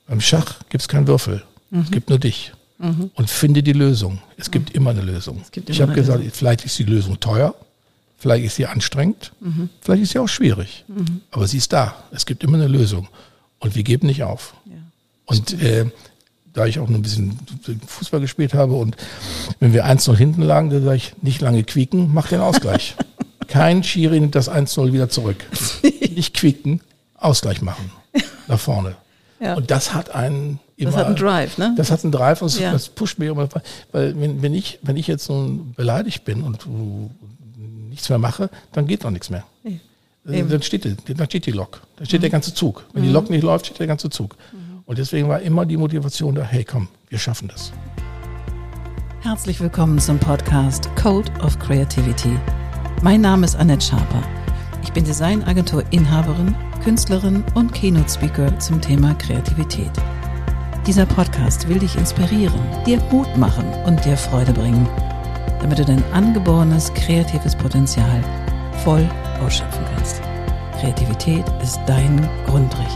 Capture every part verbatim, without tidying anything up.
Beim Schach gibt es keinen Würfel. Mhm. Es gibt nur dich. Mhm. Und finde die Lösung. Es gibt mhm. immer eine Lösung. Immer ich habe gesagt, Lösung. Vielleicht ist die Lösung teuer, vielleicht ist sie anstrengend, mhm. vielleicht ist sie auch schwierig. Mhm. Aber sie ist da. Es gibt immer eine Lösung. Und wir geben nicht auf. Ja. Und äh, da ich auch noch ein bisschen Fußball gespielt habe und wenn wir eins null hinten lagen, dann sage ich, nicht lange quieken, mach den Ausgleich. Kein Schiri nimmt das eins null wieder zurück. Nicht quieken, Ausgleich machen. Nach vorne. Ja. Und das hat einen immer, Das hat einen Drive, ne? Das hat einen Drive und ja. das pusht mich immer. Weil wenn, wenn, ich, wenn ich jetzt nun beleidigt bin und uh, nichts mehr mache, dann geht noch nichts mehr. Nee. Dann steht, die, dann steht die Lok. Dann steht mhm. der ganze Zug. Wenn mhm. die Lok nicht läuft, steht der ganze Zug. Mhm. Und deswegen war immer die Motivation da, hey komm, wir schaffen das. Herzlich willkommen zum Podcast Code of Creativity. Mein Name ist Annette Schaper. Ich bin Designagentur-Inhaberin, Künstlerin und Keynote-Speaker zum Thema Kreativität. Dieser Podcast will dich inspirieren, dir Mut machen und dir Freude bringen, damit du dein angeborenes kreatives Potenzial voll ausschöpfen kannst. Kreativität ist dein Grundrecht.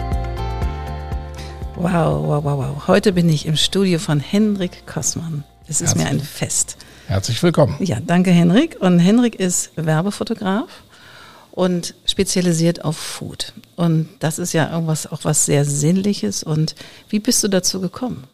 Wow, wow, wow, wow. Heute bin ich im Studio von Henrik Kossmann. Es ist Herzlich. mir ein Fest. Herzlich willkommen. Ja, danke Henrik. Und Henrik ist Werbefotograf und spezialisiert auf Food. Und das ist ja irgendwas, auch was sehr Sinnliches. Und wie bist du dazu gekommen?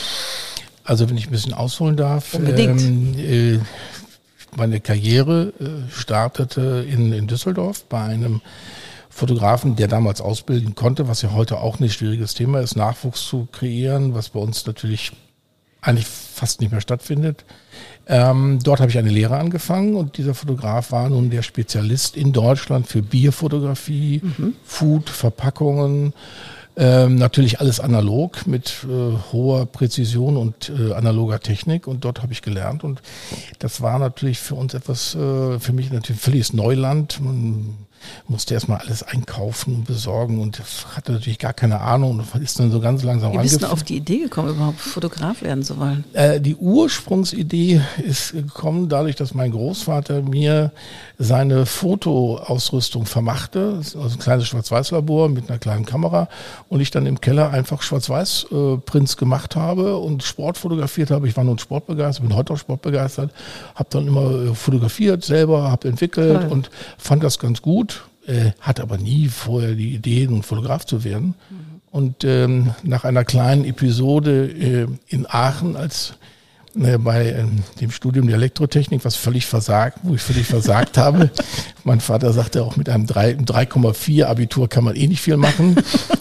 Also wenn ich ein bisschen ausholen darf. Unbedingt. Ähm, äh, meine Karriere äh, startete in, in Düsseldorf bei einem Fotografen, der damals ausbilden konnte, was ja heute auch ein schwieriges Thema ist, Nachwuchs zu kreieren, was bei uns natürlich eigentlich fast nicht mehr stattfindet. Ähm, dort habe ich eine Lehre angefangen und dieser Fotograf war nun der Spezialist in Deutschland für Bierfotografie, mhm. Food, Verpackungen, ähm, natürlich alles analog mit äh, hoher Präzision und äh, analoger Technik und dort habe ich gelernt und das war natürlich für uns etwas, äh, für mich natürlich völliges Neuland. Man musste erstmal alles einkaufen und besorgen und hatte natürlich gar keine Ahnung und ist dann so ganz langsam angefangen. Wie bist du auf die Idee gekommen, überhaupt Fotograf werden zu wollen? Äh, die Ursprungsidee ist gekommen dadurch, dass mein Großvater mir seine Fotoausrüstung vermachte, also ein kleines Schwarz-Weiß-Labor mit einer kleinen Kamera und ich dann im Keller einfach Schwarz-Weiß-Prints äh, gemacht habe und Sport fotografiert habe. Ich war nun sportbegeistert, bin heute auch sportbegeistert, habe dann immer fotografiert selber, habe entwickelt Toll. und fand das ganz gut. Äh, hatte aber nie vorher die Idee, nun Fotograf zu werden. Mhm. Und ähm, nach einer kleinen Episode äh, in Aachen, als äh, bei äh, dem Studium der Elektrotechnik, was völlig versagt, wo ich völlig versagt habe. Mein Vater sagte auch, mit einem drei Komma vier Abitur kann man eh nicht viel machen.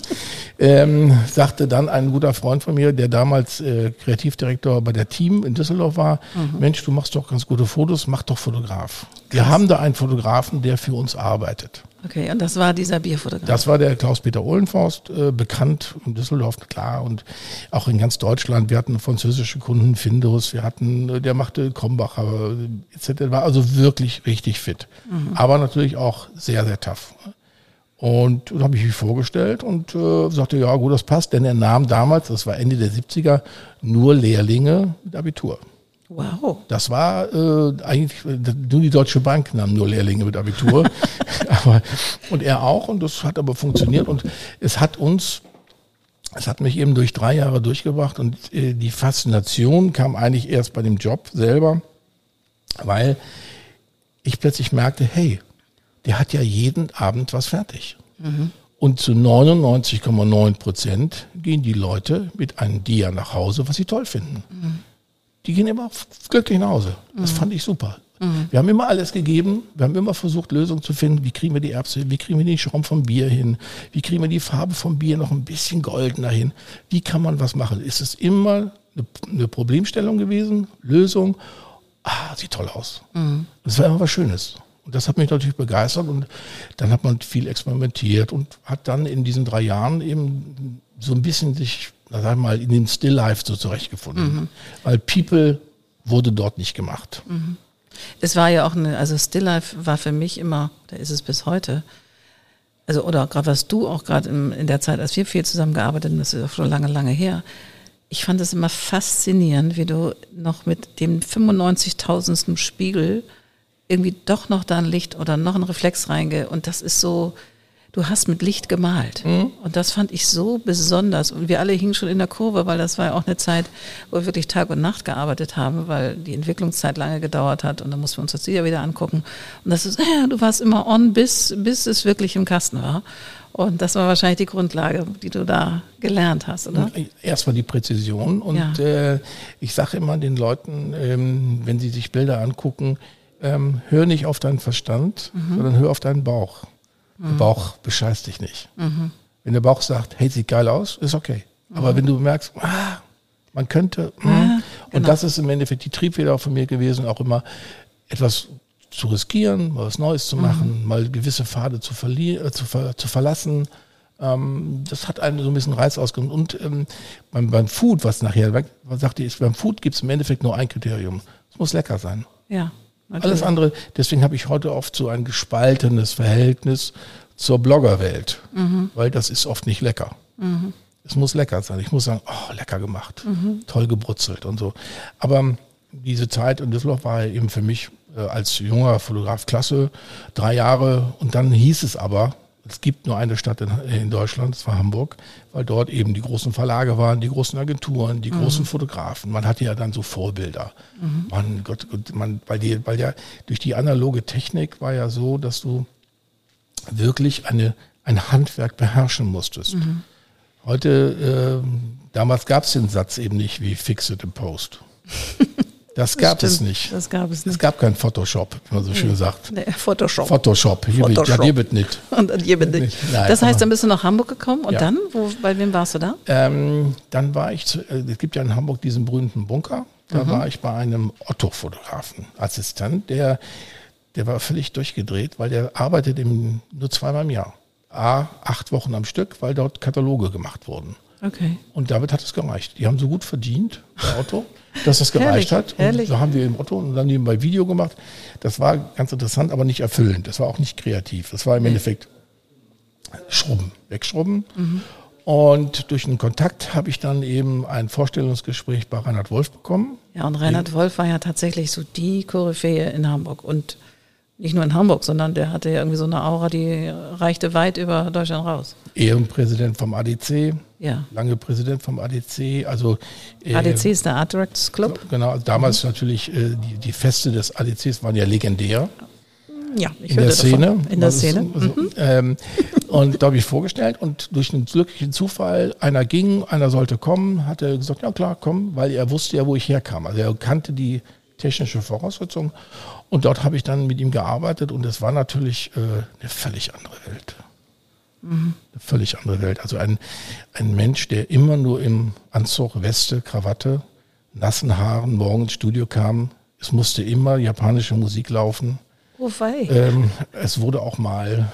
Ähm, sagte dann ein guter Freund von mir, der damals äh, Kreativdirektor bei der Team in Düsseldorf war, mhm. Mensch, du machst doch ganz gute Fotos, mach doch Fotograf. Krass. Wir haben da einen Fotografen, der für uns arbeitet. Okay, und das war dieser Bierfotograf? Das war der Klaus-Peter Ohlenforst, äh, bekannt in Düsseldorf, klar, und auch in ganz Deutschland. Wir hatten französische Kunden, Findus, wir hatten, der machte Krombacher, et cetera. War also wirklich richtig fit. Mhm. Aber natürlich auch sehr, sehr tough. Und da habe ich mich vorgestellt und äh, sagte, ja gut, das passt, denn er nahm damals, das war Ende der siebziger, nur Lehrlinge mit Abitur. Wow. Das war äh, eigentlich, nur die Deutsche Bank nahm nur Lehrlinge mit Abitur. aber, und er auch und das hat aber funktioniert und es hat uns, es hat mich eben durch drei Jahre durchgebracht und äh, die Faszination kam eigentlich erst bei dem Job selber, weil ich plötzlich merkte, hey, der hat ja jeden Abend was fertig. Mhm. Und zu neunundneunzig Komma neun Prozent gehen die Leute mit einem Dia nach Hause, was sie toll finden. Mhm. Die gehen immer glücklich nach Hause. Das mhm. fand ich super. Mhm. Wir haben immer alles gegeben. Wir haben immer versucht, Lösungen zu finden. Wie kriegen wir die Erbse, wie kriegen wir den Schaum vom Bier hin? Wie kriegen wir die Farbe vom Bier noch ein bisschen goldener hin? Wie kann man was machen? Ist es immer eine, eine Problemstellung gewesen? Lösung? Ah, sieht toll aus. Mhm. Das war immer was Schönes. Und das hat mich natürlich begeistert und dann hat man viel experimentiert und hat dann in diesen drei Jahren eben so ein bisschen sich, na, sag mal, in dem Still-Life so zurechtgefunden. Mhm. Weil People wurde dort nicht gemacht. Mhm. Es war ja auch eine, also Still-Life war für mich immer, da ist es bis heute, also oder gerade was du auch gerade in der Zeit, als wir viel zusammengearbeitet haben, das ist auch schon lange, lange her, ich fand es immer faszinierend, wie du noch mit dem fünfundneunzigtausendsten Spiegel irgendwie doch noch da ein Licht oder noch ein Reflex reinge und das ist so, du hast mit Licht gemalt. Mhm. Und das fand ich so besonders. Und wir alle hingen schon in der Kurve, weil das war ja auch eine Zeit, wo wir wirklich Tag und Nacht gearbeitet haben, weil die Entwicklungszeit lange gedauert hat. Und dann mussten wir uns das wieder angucken. Und das ist, ja, du warst immer on, bis, bis es wirklich im Kasten war. Und das war wahrscheinlich die Grundlage, die du da gelernt hast, oder? Erstmal die Präzision. Und ja. äh, ich sage immer den Leuten, ähm, wenn sie sich Bilder angucken, ähm, hör nicht auf deinen Verstand, mhm. sondern hör auf deinen Bauch. Der Bauch bescheißt dich nicht. Mhm. Wenn der Bauch sagt, hey, sieht geil aus, ist okay. Mhm. Aber wenn du merkst, ah, man könnte, mh, ja, genau. Und das ist im Endeffekt die Triebfeder von mir gewesen, auch immer etwas zu riskieren, mal was Neues zu machen, mhm. mal gewisse Pfade zu, verli- äh, zu, ver- zu verlassen. Ähm, das hat einen so ein bisschen Reiz ausgemacht. Und ähm, beim, beim Food, was nachher weg, was sagte ich, beim Food gibt es im Endeffekt nur ein Kriterium. Es muss lecker sein. Ja. Natürlich. Alles andere, deswegen habe ich heute oft so ein gespaltenes Verhältnis zur Bloggerwelt, mhm. weil das ist oft nicht lecker. Mhm. Es muss lecker sein. Ich muss sagen, oh, lecker gemacht, mhm. toll gebrutzelt und so. Aber diese Zeit in Düsseldorf war eben für mich äh, als junger Fotograf klasse, drei Jahre und dann hieß es aber, es gibt nur eine Stadt in, in Deutschland, das war Hamburg, weil dort eben die großen Verlage waren, die großen Agenturen, die mhm. großen Fotografen. Man hatte ja dann so Vorbilder. Mhm. Man, Gott, man, weil, die, weil ja durch die analoge Technik war ja so, dass du wirklich eine, ein Handwerk beherrschen musstest. Mhm. Heute, äh, damals gab es den Satz eben nicht wie Fix it in Post. Das gab das es nicht. Das gab es nicht. Es gab keinen Photoshop, wie man so schön sagt. Nee, Photoshop. Photoshop. Hier Photoshop. Ja, hier wird nicht. Und hier wird nicht. Nein, das heißt, dann bist du nach Hamburg gekommen und ja. dann? Wo, bei wem warst du da? Ähm, dann war ich, zu, äh, es gibt ja in Hamburg diesen berühmten Bunker. Da mhm. war ich bei einem Otto-Fotografen, Assistent, der, der war völlig durchgedreht, weil der arbeitet im, nur zweimal im Jahr. A, acht Wochen am Stück, weil dort Kataloge gemacht wurden. Okay. Und damit hat es gereicht. Die haben so gut verdient, der Otto, dass das gereicht herrlich, hat. Und herrlich. so haben wir im Otto und dann nebenbei Video gemacht. Das war ganz interessant, aber nicht erfüllend. Das war auch nicht kreativ. Das war im nee. Endeffekt Schrubben, wegschrubben. Mhm. Und durch einen Kontakt habe ich dann eben ein Vorstellungsgespräch bei Reinhard Wolf bekommen. Ja, und Reinhard Wolf war ja tatsächlich so die Koryphäe in Hamburg. Und nicht nur in Hamburg, sondern der hatte ja irgendwie so eine Aura, die reichte weit über Deutschland raus. Ehrenpräsident vom A D C, ja. lange Präsident vom A D C. Also, äh, A D C ist der Art Directors Club. Genau, also damals mhm. natürlich, äh, die, die Feste des A D Cs waren ja legendär. Ja, ich in der Szene. Davon. In der Szene. Also, mhm. ähm, und da habe ich vorgestellt und durch einen glücklichen Zufall, einer ging, einer sollte kommen, hat er gesagt, ja klar, komm, weil er wusste ja, wo ich herkam. Also er kannte die technische Voraussetzung und dort habe ich dann mit ihm gearbeitet und es war natürlich äh, eine völlig andere Welt. Mhm. Eine völlig andere Welt. Also ein, ein Mensch, der immer nur im Anzug, Weste, Krawatte, nassen Haaren morgens ins Studio kam. Es musste immer japanische Musik laufen. Oh wei. Ähm, es wurde auch mal,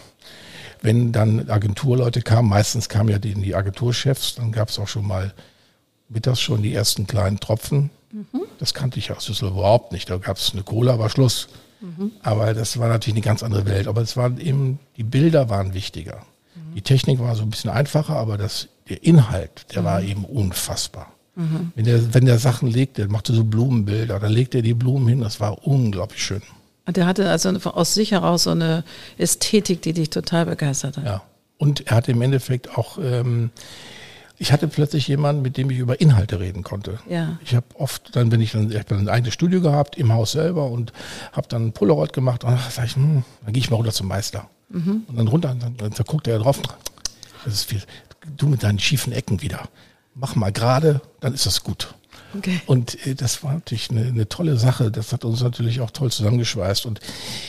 wenn dann Agenturleute kamen, meistens kamen ja die, die Agenturchefs, dann gab es auch schon mal mittags schon die ersten kleinen Tropfen. Mhm. Das kannte ich aus Düsseldorf überhaupt nicht. Da gab es eine Cola, war Schluss. Mhm. Aber das war natürlich eine ganz andere Welt. Aber es waren eben, die Bilder waren wichtiger. Mhm. Die Technik war so ein bisschen einfacher, aber das, der Inhalt, der mhm. war eben unfassbar. Mhm. Wenn der, wenn der Sachen legte, der machte so Blumenbilder, dann legte er die Blumen hin, das war unglaublich schön. Der hatte also aus sich heraus so eine Ästhetik, die dich total begeistert hat. Ja, und er hatte im Endeffekt auch, ähm, ich hatte plötzlich jemanden, mit dem ich über Inhalte reden konnte. Ja. Ich habe oft dann, wenn ich dann, ich habe ein eigenes Studio gehabt, im Haus selber und habe dann Polaroid gemacht und dann sag ich, hm, dann gehe ich mal runter zum Meister. Mhm. Und dann runter, dann, dann, dann guckt er drauf, das ist viel, du mit deinen schiefen Ecken wieder, mach mal gerade, dann ist das gut. Okay. Und äh, das war natürlich eine, eine tolle Sache. Das hat uns natürlich auch toll zusammengeschweißt. Und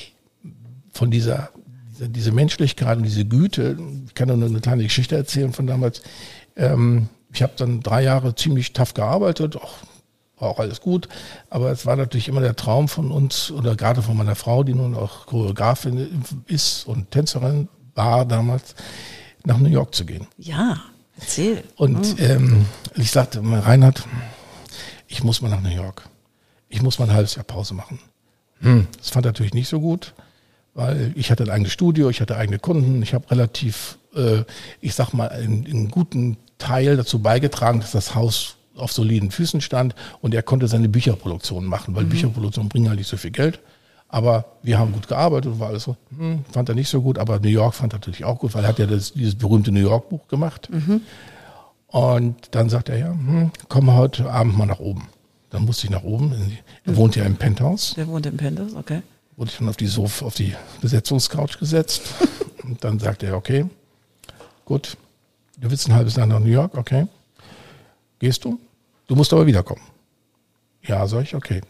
von dieser, dieser diese Menschlichkeit und diese Güte, ich kann nur eine kleine Geschichte erzählen von damals. Ähm, ich habe dann drei Jahre ziemlich tough gearbeitet, auch, war auch alles gut. Aber es war natürlich immer der Traum von uns oder gerade von meiner Frau, die nun auch Choreografin ist und Tänzerin war damals, nach New York zu gehen. Ja, erzähl. Und ähm, ich sagte, Reinhard, ich muss mal nach New York. Ich muss mal ein halbes Jahr Pause machen. Hm. Das fand er natürlich nicht so gut, weil ich hatte ein eigenes Studio, ich hatte eigene Kunden. Ich habe relativ, äh, ich sag mal, einen, einen guten Teil dazu beigetragen, dass das Haus auf soliden Füßen stand und er konnte seine Bücherproduktion machen, weil mhm. Bücherproduktion bringen halt nicht so viel Geld. Aber wir haben gut gearbeitet und war alles so, hm, fand er nicht so gut, aber New York fand er natürlich auch gut, weil er hat ja das, dieses berühmte New York Buch gemacht. Mhm. Und dann sagt er, ja, hm, komm heute Abend mal nach oben. Dann musste ich nach oben. Er mhm. wohnt ja im Penthouse. Der wohnt im Penthouse, okay. Wurde ich dann auf die Sofa, auf die Besetzungscouch gesetzt. Und dann sagte er, okay, gut, du willst ein halbes Jahr nach New York, okay. Gehst du? Du musst aber wiederkommen. Ja, sag ich, okay.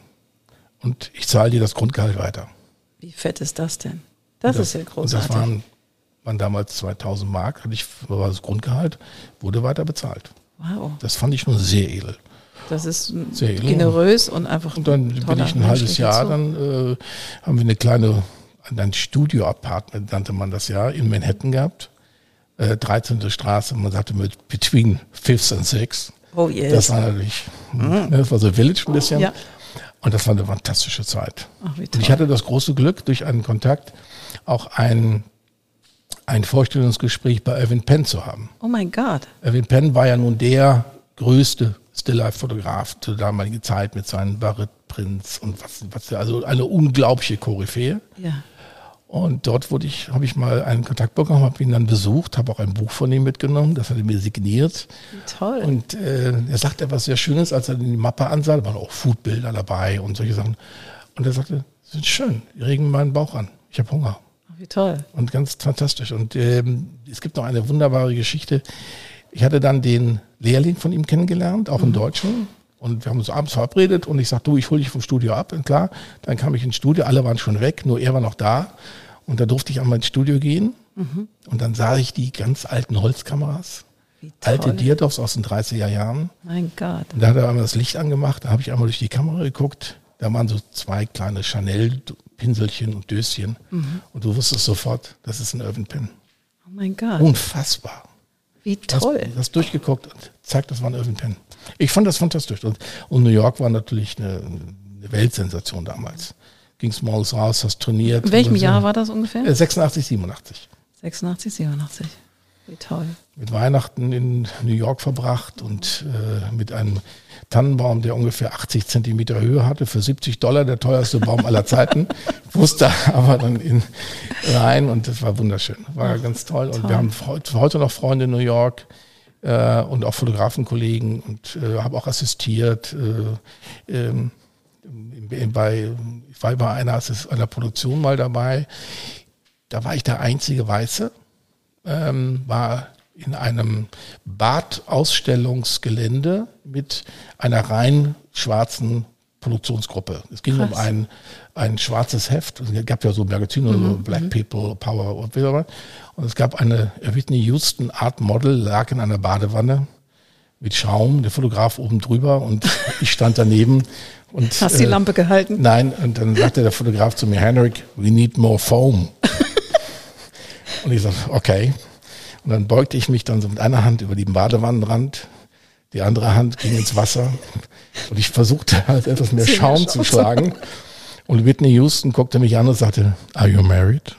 Und ich zahle dir das Grundgehalt weiter. Wie fett ist das denn? Das, das ist ja großartig. Das waren, waren damals zweitausend Mark, hatte ich, war das Grundgehalt, wurde weiter bezahlt. Wow. Das fand ich schon sehr edel. Das ist sehr generös und einfach. Und dann bin ich ein halbes Jahr, dann äh, haben wir eine kleine, ein Studio-Apartment, nannte man das ja, in Manhattan gehabt. Äh, dreizehnte Straße, man sagte mit between fifth and sixth. Oh yes. Das war natürlich, mhm. das war so Village ein bisschen. Ja. Und das war eine fantastische Zeit. Ach, wie toll. Und ich hatte das große Glück, durch einen Kontakt auch ein, ein Vorstellungsgespräch bei Irving Penn zu haben. Oh mein Gott. Irving Penn war ja nun der größte Still-Life-Fotograf zur damaligen Zeit mit seinen Barrett-Prints und was, was, also eine unglaubliche Koryphäe. Ja. Und dort wurde ich, habe ich mal einen Kontakt bekommen, habe ihn dann besucht, habe auch ein Buch von ihm mitgenommen, das hat er mir signiert. Toll. Und äh, er sagte etwas sehr Schönes, als er die Mappe ansah, da waren auch Foodbilder dabei und solche Sachen. Und er sagte, das ist schön, die regen meinen Bauch an, ich habe Hunger. Wie toll. Und ganz fantastisch. Und ähm, es gibt noch eine wunderbare Geschichte. Ich hatte dann den Lehrling von ihm kennengelernt, auch mhm. in Deutschen. Und wir haben uns abends verabredet und ich sagte, du, ich hole dich vom Studio ab. Und klar, dann kam ich ins Studio, alle waren schon weg, nur er war noch da. Und da durfte ich einmal ins Studio gehen. Mhm. Und dann sah ich die ganz alten Holzkameras. Alte Dierdorfs aus den dreißiger Jahren. Mein Gott. Und da hat er einmal das Licht angemacht, da habe ich einmal durch die Kamera geguckt. Da waren so zwei kleine Chanel-Pinselchen und Döschen. Mhm. Und du wusstest sofort, das ist ein Irving Penn. Oh mein Gott. Unfassbar. Wie toll. Du hast, hast durchgeguckt und zeigt, das war ein Irving Penn. Ich fand das fantastisch. Und, und New York war natürlich eine, eine Weltsensation damals. Ging's morgens raus, hast trainiert. In welchem Jahr war das ungefähr? sechsundachtzig, siebenundachtzig. sechsundachtzig, siebenundachtzig. Wie toll. Mit Weihnachten in New York verbracht und äh, mit einem Tannenbaum, der ungefähr achtzig Zentimeter Höhe hatte, für siebzig Dollar, der teuerste Baum aller Zeiten. Wusste aber dann in, rein und das war wunderschön. War Ach, ganz toll. Und toll. Wir haben heute noch Freunde in New York äh, und auch Fotografenkollegen und äh, habe auch assistiert. Äh, ähm, bei, ich war bei einer, einer Produktion mal dabei. Da war ich der einzige Weiße. Ähm, war in einem Badausstellungsgelände mit einer rein schwarzen Produktionsgruppe. Es ging Krass. um ein, ein schwarzes Heft. Es gab ja so Magazine, mhm. so Black People, Power und wie auch immer. Und es gab eine Whitney Houston Art Model, lag in einer Badewanne mit Schaum, der Fotograf oben drüber und ich stand daneben. Und, Hast die äh, Lampe gehalten? Nein, und dann sagte der Fotograf zu mir, Henrik, we need more foam. Und ich sagte, okay. Und dann beugte ich mich dann so mit einer Hand über den Badewannenrand, die andere Hand ging ins Wasser und ich versuchte halt etwas mehr Schaum zu schlagen. Und Whitney Houston guckte mich an und sagte, are you married?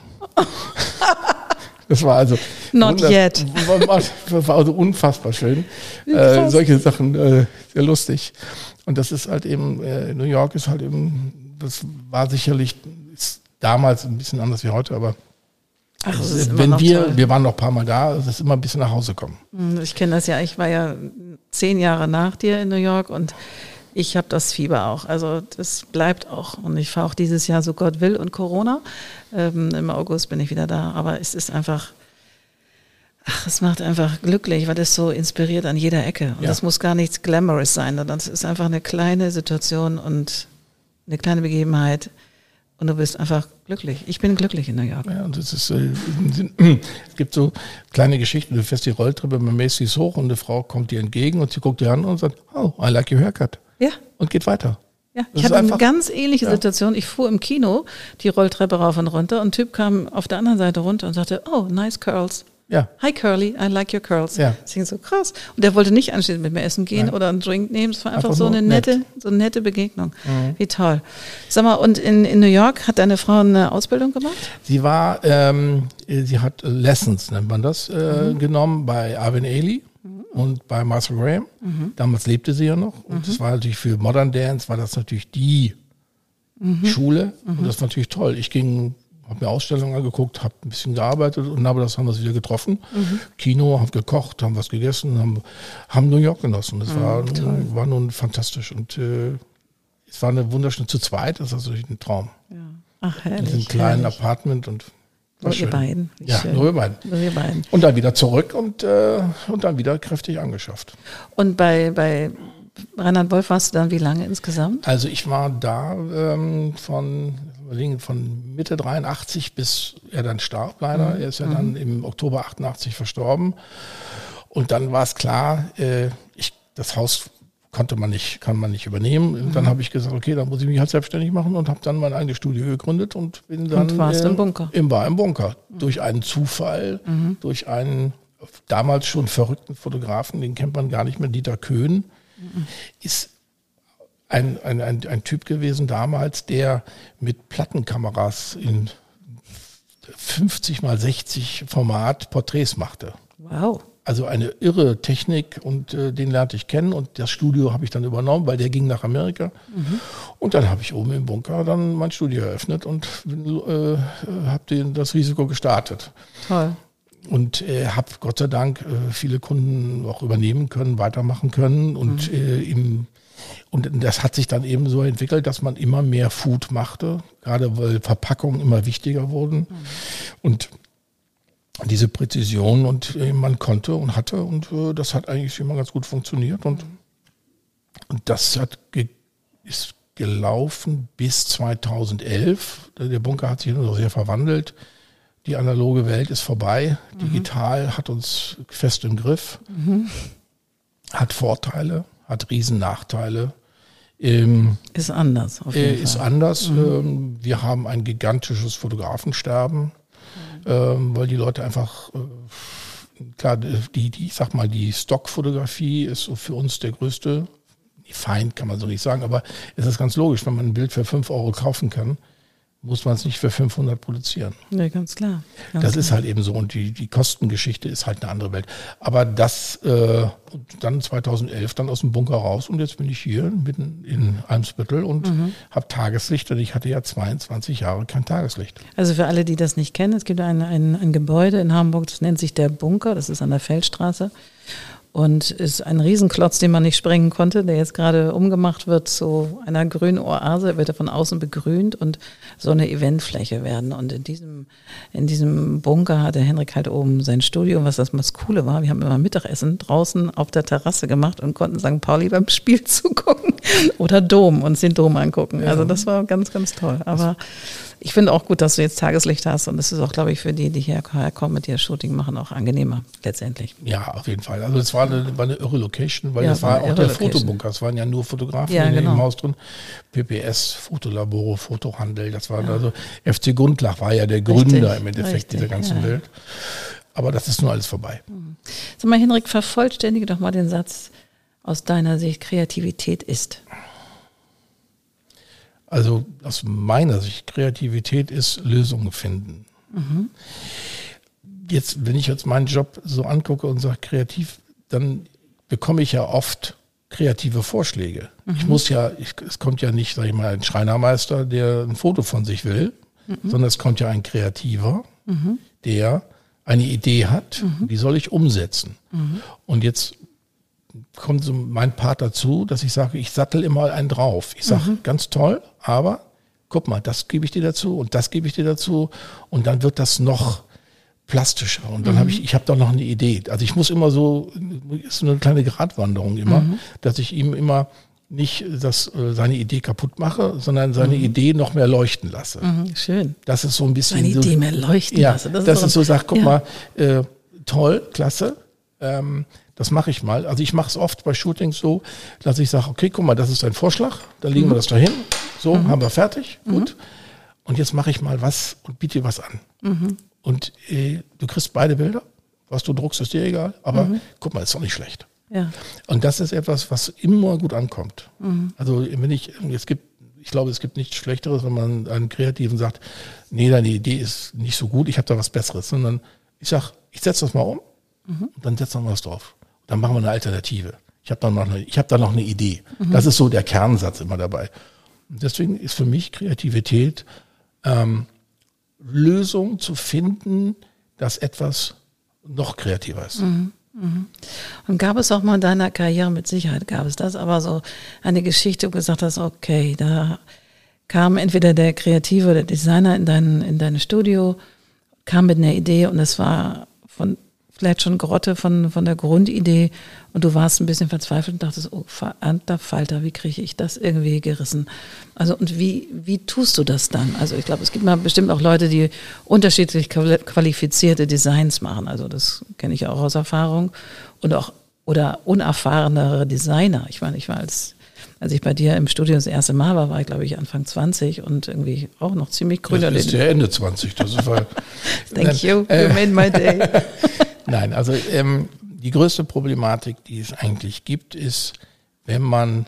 Das war also Not yet. War, war also unfassbar schön. Äh, solche Sachen, äh, sehr lustig. Und das ist halt eben, äh, New York ist halt eben, das war sicherlich ist damals ein bisschen anders wie heute, aber Ach, das ist wenn wir, toll. wir waren noch ein paar Mal da, es ist immer ein bisschen nach Hause kommen. Ich kenne das ja, ich war ja zehn Jahre nach dir in New York und ich habe das Fieber auch. Also das bleibt auch. Und ich fahre auch dieses Jahr, so Gott will, und Corona. Ähm, im August bin ich wieder da. Aber es ist einfach, ach, es macht einfach glücklich, weil das so inspiriert an jeder Ecke. Und ja. das muss gar nichts Glamorous sein. Das ist einfach eine kleine Situation und eine kleine Begebenheit. Und du bist einfach glücklich. Ich bin glücklich in New York. Ja, und es ist, äh, es gibt so kleine Geschichten. Du fährst die Rolltreppe bei Macy's hoch und eine Frau kommt dir entgegen und sie guckt dir an und sagt, oh, I like your haircut. Ja. Und geht weiter. Ja, ich hatte eine ganz ähnliche ja. Situation. Ich fuhr im Kino die Rolltreppe rauf und runter und ein Typ kam auf der anderen Seite runter und sagte, oh, nice curls. Ja. Hi Curly, I like your curls. Ja. Das ging so krass. Und der wollte nicht anschließend mit mir essen gehen Nein. oder einen Drink nehmen. Es war einfach, einfach so eine nette, nett. so eine nette Begegnung. Mhm. Wie toll. Sag mal, und in, in New York hat deine Frau eine Ausbildung gemacht? Sie war, ähm, sie hat Lessons, nennt man das, äh, mhm. genommen bei Arvin Ailey mhm. und bei Martha Graham. Mhm. Damals lebte sie ja noch. Und mhm. das war natürlich für Modern Dance, war das natürlich die mhm. Schule. Mhm. Und das war natürlich toll. Ich ging, habe mir Ausstellungen angeguckt, habe ein bisschen gearbeitet und aber das haben wir uns wieder getroffen. Mhm. Kino, haben gekocht, haben was gegessen, haben, haben New York genossen. Das mhm, war, war nun fantastisch. Und äh, es war eine wunderschöne, zu zweit, das ist also ein Traum. Ja. Ach, herrlich. In diesem kleinen herrlich. Apartment und nur ihr beiden. Wie ja, schön. nur wir beiden. Nur wir beiden. Und dann wieder zurück und, äh, und dann wieder kräftig angeschafft. Und bei, bei Reinhard Wolf warst du dann wie lange insgesamt? Also ich war da ähm, von, von Mitte dreiundachtzig bis er dann starb leider. Mhm. Er ist ja mhm. dann im Oktober achtundachtzig verstorben. Und dann war es klar, äh, ich, das Haus konnte man nicht, kann man nicht übernehmen. Und dann mhm. habe ich gesagt, okay, dann muss ich mich halt selbstständig machen und habe dann mein eigenes Studio gegründet und bin dann und warst äh, im Bunker. Im, war im Bunker. Mhm. Durch einen Zufall, mhm. durch einen damals schon verrückten Fotografen, den kennt man gar nicht mehr, Dieter Köhn, mhm. ist ein, ein, ein, ein Typ gewesen damals, der mit Plattenkameras in fünfzig mal sechzig Format Porträts machte. Wow. Also eine irre Technik und äh, den lernte ich kennen und das Studio habe ich dann übernommen, weil der ging nach Amerika. Mhm. Und dann habe ich oben im Bunker dann mein Studio eröffnet und äh, habe das Risiko gestartet. Toll. Und äh, habe Gott sei Dank äh, viele Kunden auch übernehmen können, weitermachen können und mhm. äh, im Und das hat sich dann eben so entwickelt, dass man immer mehr Food machte, gerade weil Verpackungen immer wichtiger wurden. Mhm. Und diese Präzision und äh, man konnte und hatte und äh, das hat eigentlich immer ganz gut funktioniert und, mhm. und das hat ge- ist gelaufen bis zweitausendelf. Der Bunker hat sich noch sehr verwandelt. Die analoge Welt ist vorbei. Mhm. Digital hat uns fest im Griff, mhm. hat Vorteile, hat Riesennachteile. Ähm, ist anders. Auf jeden äh, ist Fall. anders. Mhm. Ähm, wir haben ein gigantisches Fotografensterben. Ähm, weil die Leute einfach, äh, klar, die, die, ich sag mal, die Stockfotografie ist so für uns der größte Feind, kann man so nicht sagen, aber es ist ganz logisch, wenn man ein Bild für fünf Euro kaufen kann, muss man es nicht für fünfhundert produzieren. Ja, ganz klar. Ganz das klar. ist halt eben so und die, die Kostengeschichte ist halt eine andere Welt. Aber das, äh, dann zweitausendelf dann aus dem Bunker raus und jetzt bin ich hier mitten in Eimsbüttel und mhm. habe Tageslicht und ich hatte ja zweiundzwanzig Jahre kein Tageslicht. Also für alle, die das nicht kennen, es gibt ein, ein, ein Gebäude in Hamburg, das nennt sich der Bunker, das ist an der Feldstraße. Und ist ein Riesenklotz, den man nicht sprengen konnte, der jetzt gerade umgemacht wird zu einer grünen Oase, wird er von außen begrünt und so eine Eventfläche werden. Und in diesem, in diesem Bunker hatte Henrik halt oben sein Studio. Und was das was Coole war, wir haben immer Mittagessen draußen auf der Terrasse gemacht und konnten Sankt Pauli beim Spiel zugucken oder Dom, uns den Dom angucken. Ja. Also das war ganz, ganz toll. Aber ich finde auch gut, dass du jetzt Tageslicht hast und das ist auch, glaube ich, für die, die hierher kommen, mit dir Shooting machen, auch angenehmer letztendlich. Ja, auf jeden Fall. Also es war eine, war eine irre Location, weil ja, das war auch der Location. Fotobunker. Es waren ja nur Fotografen ja, in genau. dem Haus drin. P P S, Fotolabore, Fotohandel. Das war ja. also F C Gundlach war ja der Gründer richtig, im Endeffekt richtig, dieser ganzen ja. Welt. Aber das ist nur alles vorbei. Mhm. Sag mal, Henrik, vervollständige doch mal den Satz aus deiner Sicht: Kreativität ist. Also aus meiner Sicht, Kreativität ist Lösungen finden. Mhm. Jetzt, wenn ich jetzt meinen Job so angucke und sage kreativ, dann bekomme ich ja oft kreative Vorschläge. Mhm. Ich muss ja, ich, es kommt ja nicht, sag ich mal, ein Schreinermeister, der ein Foto von sich will, mhm. sondern es kommt ja ein Kreativer, mhm. der eine Idee hat, mhm. die soll ich umsetzen. Mhm. Und jetzt kommt so mein Part dazu, dass ich sage, ich sattel immer einen drauf. Ich sage, mhm. ganz toll, aber guck mal, das gebe ich dir dazu und das gebe ich dir dazu und dann wird das noch plastischer und dann mhm. habe ich, ich habe doch noch eine Idee. Also ich muss immer so, ist so eine kleine Gratwanderung immer, mhm. dass ich ihm immer nicht das, seine Idee kaputt mache, sondern seine mhm. Idee noch mehr leuchten lasse. Mhm, schön. Das ist so ein bisschen seine so, Idee mehr leuchten ja, lasse. Das, das ist so, ist so, sag, guck ja. mal, äh, toll, klasse. Ähm, das mache ich mal. Also ich mache es oft bei Shootings so, dass ich sage, okay, guck mal, das ist ein Vorschlag, dann legen mhm. wir das dahin. So, mhm. haben wir fertig, gut. Mhm. Und jetzt mache ich mal was und biete dir was an. Mhm. Und äh, du kriegst beide Bilder. Was du druckst, ist dir egal. Aber mhm. guck mal, ist doch nicht schlecht. Ja. Und das ist etwas, was immer gut ankommt. Mhm. Also wenn ich, es gibt, ich glaube, es gibt nichts Schlechteres, wenn man einen Kreativen sagt, nee, deine Idee ist nicht so gut, ich habe da was Besseres. Sondern ich sage, ich setze das mal um mhm. und dann setzen wir was drauf. Dann machen wir eine Alternative. Ich habe da noch eine, ich habe da noch eine Idee. Mhm. Das ist so der Kernsatz immer dabei. Deswegen ist für mich Kreativität ähm, Lösung zu finden, dass etwas noch kreativer ist. Mhm. Mhm. Und gab es auch mal in deiner Karriere, mit Sicherheit gab es das, aber so eine Geschichte, wo du gesagt hast, okay, da kam entweder der Kreative oder der Designer in dein, in dein Studio, kam mit einer Idee und es war von vielleicht schon Grotte von, von der Grundidee und du warst ein bisschen verzweifelt und dachtest, oh, verdammter Falter, wie kriege ich das irgendwie gerissen? Also und wie, wie tust du das dann? Also ich glaube, es gibt mal bestimmt auch Leute, die unterschiedlich qualifizierte Designs machen. Also das kenne ich auch aus Erfahrung. Und auch, oder unerfahrenere Designer. Ich meine, ich war als, als ich bei dir im Studio das erste Mal war, war ich glaube ich Anfang zwanzig und irgendwie auch noch ziemlich grüner. Das ist ja Ende zwanzig. Das ist weil, Thank you, you made my day. Nein, also ähm, die größte Problematik, die es eigentlich gibt, ist, wenn man,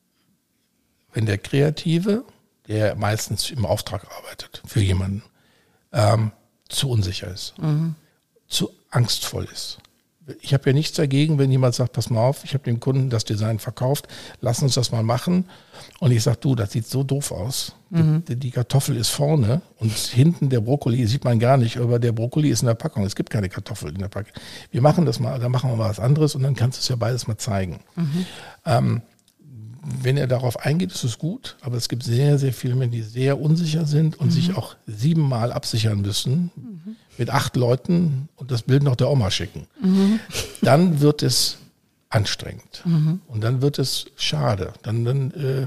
wenn der Kreative, der meistens im Auftrag arbeitet für jemanden, ähm, zu unsicher ist, mhm. zu angstvoll ist. Ich habe ja nichts dagegen, wenn jemand sagt, pass mal auf, ich habe dem Kunden das Design verkauft, lass uns das mal machen. Und ich sage, du, das sieht so doof aus. Mhm. Die, die Kartoffel ist vorne und hinten der Brokkoli sieht man gar nicht, aber der Brokkoli ist in der Packung. Es gibt keine Kartoffel in der Packung. Wir machen das mal, dann machen wir mal was anderes und dann kannst du es ja beides mal zeigen. Mhm. Ähm, wenn er darauf eingeht, ist es gut, aber es gibt sehr, sehr viele Menschen, die sehr unsicher sind und mhm. sich auch siebenmal absichern müssen, mhm. mit acht Leuten und das Bild noch der Oma schicken. Mhm. Dann wird es anstrengend mhm. und dann wird es schade. Dann, dann äh,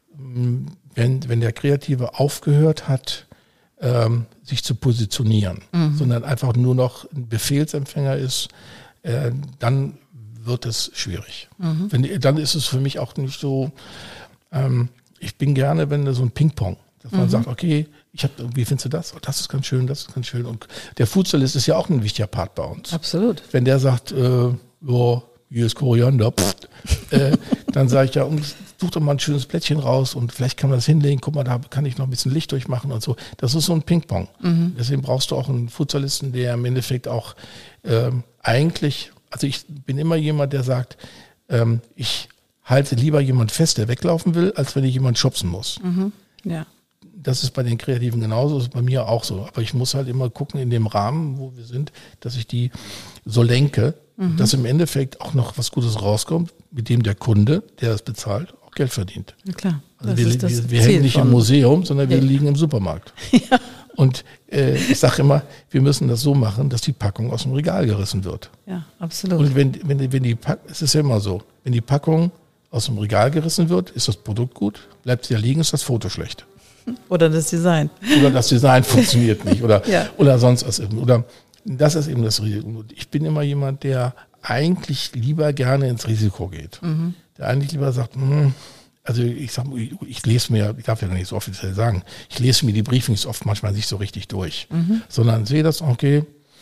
wenn, wenn der Kreative aufgehört hat, ähm, sich zu positionieren, mhm. sondern einfach nur noch ein Befehlsempfänger ist, äh, dann wird es schwierig. Mhm. Wenn, dann ist es für mich auch nicht so, ähm, ich bin gerne, wenn da so ein Ping-Pong, dass man mhm. sagt, okay, ich hab, wie findest du das? Oh, das ist ganz schön, das ist ganz schön. Und der Foodstylist ist ja auch ein wichtiger Part bei uns. Absolut. Wenn der sagt, äh, ja, hier ist Koriander, pff, äh, dann sage ich ja, such doch mal ein schönes Plättchen raus und vielleicht kann man das hinlegen, guck mal, da kann ich noch ein bisschen Licht durchmachen und so. Das ist so ein Ping-Pong. Mhm. Deswegen brauchst du auch einen Foodstylisten, der im Endeffekt auch ähm, eigentlich, also ich bin immer jemand, der sagt, ähm, ich halte lieber jemand fest, der weglaufen will, als wenn ich jemand schubsen muss. Mhm. Ja. Das ist bei den Kreativen genauso, das ist bei mir auch so. Aber ich muss halt immer gucken in dem Rahmen, wo wir sind, dass ich die so lenke, mhm. dass im Endeffekt auch noch was Gutes rauskommt, mit dem der Kunde, der das bezahlt, auch Geld verdient. Ja, klar. Also wir, wir, wir hängen nicht im Museum, sondern wir nee. liegen im Supermarkt. Ja. Und äh, ich sage immer, wir müssen das so machen, dass die Packung aus dem Regal gerissen wird. Ja, absolut. Und wenn, wenn, wenn die Packung, es ist ja immer so, wenn die Packung aus dem Regal gerissen wird, ist das Produkt gut, bleibt sie ja liegen, ist das Foto schlecht. Oder das Design. Oder das Design funktioniert nicht. Oder, ja. oder sonst was. Oder das ist eben das Risiko. Ich bin immer jemand, der eigentlich lieber gerne ins Risiko geht. Mhm. Der eigentlich lieber sagt, mh, also ich sag, ich, ich lese mir, ich darf ja gar nicht so offiziell sagen, ich lese mir die Briefings oft manchmal nicht so richtig durch. Mhm. Sondern sehe das, okay,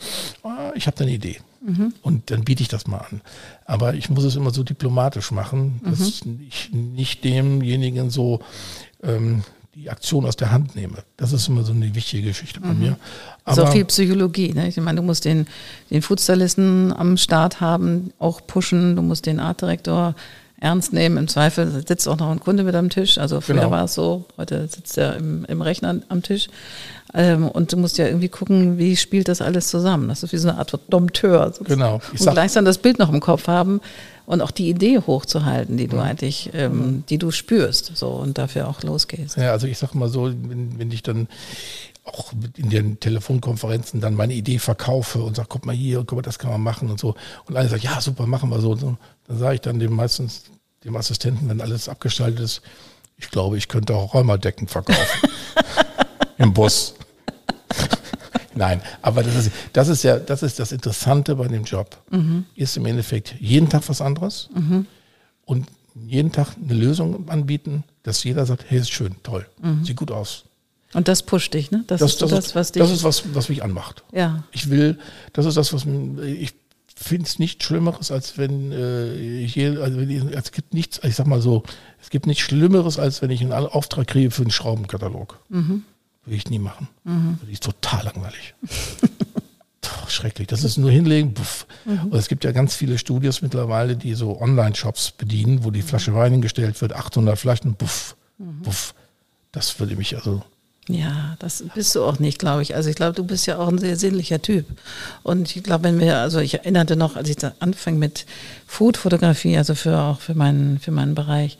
ich habe da eine Idee. Mhm. Und dann biete ich das mal an. Aber ich muss es immer so diplomatisch machen, dass mhm. ich nicht demjenigen so ähm, die Aktion aus der Hand nehme. Das ist immer so eine wichtige Geschichte bei mhm. mir. Aber so viel Psychologie. Ne? Ich meine, du musst den, den Foodstylisten am Start haben, auch pushen. Du musst den Artdirektor ernst nehmen. Im Zweifel sitzt auch noch ein Kunde mit am Tisch. Also früher genau. war es so, heute sitzt er im, im Rechner am Tisch. Ähm, und du musst ja irgendwie gucken, wie spielt das alles zusammen. Das ist wie so eine Art Dompteur. Genau. Ich und gleichzeitig das Bild noch im Kopf haben und auch die Idee hochzuhalten, die du ja. eigentlich, ähm, die du spürst, so und dafür auch losgehst. Ja, also ich sag mal so, wenn, wenn ich dann auch in den Telefonkonferenzen dann meine Idee verkaufe und sage, guck mal hier, guck mal, das kann man machen und so. Und alle sagen, ja, super, machen wir so. Und so. Dann sage ich dann dem meistens, dem Assistenten, wenn alles abgestaltet ist, ich glaube, ich könnte auch Räumerdecken verkaufen. Im Bus. Nein, aber das ist, das ist ja, das ist das Interessante bei dem Job. Mhm. Ist im Endeffekt jeden Tag was anderes mhm. und jeden Tag eine Lösung anbieten, dass jeder sagt, hey, ist schön, toll, mhm. sieht gut aus. Und das pusht dich, ne? Das, das, ist das, das, was dich das ist was, was mich anmacht. Ja. Ich will, das ist das, was ich finde es nichts Schlimmeres, als wenn äh, ich hier, also es gibt nichts, ich sag mal so, es gibt nichts Schlimmeres, als wenn ich einen Auftrag kriege für einen Schraubenkatalog. Mhm. Würde ich nie machen. Mhm. Das ist total langweilig. Puh, schrecklich. Das ist nur hinlegen. Puff. Mhm. Und es gibt ja ganz viele Studios mittlerweile, die so Online-Shops bedienen, wo die Flasche Wein hingestellt wird, achthundert Flaschen, puff, mhm. puff. Das würde mich also... Ja, das bist du auch nicht, glaube ich. Also ich glaube, du bist ja auch ein sehr sinnlicher Typ. Und ich glaube, wenn wir, also ich erinnerte noch, als ich da anfing mit Food-Fotografie, also für auch für meinen, für meinen Bereich,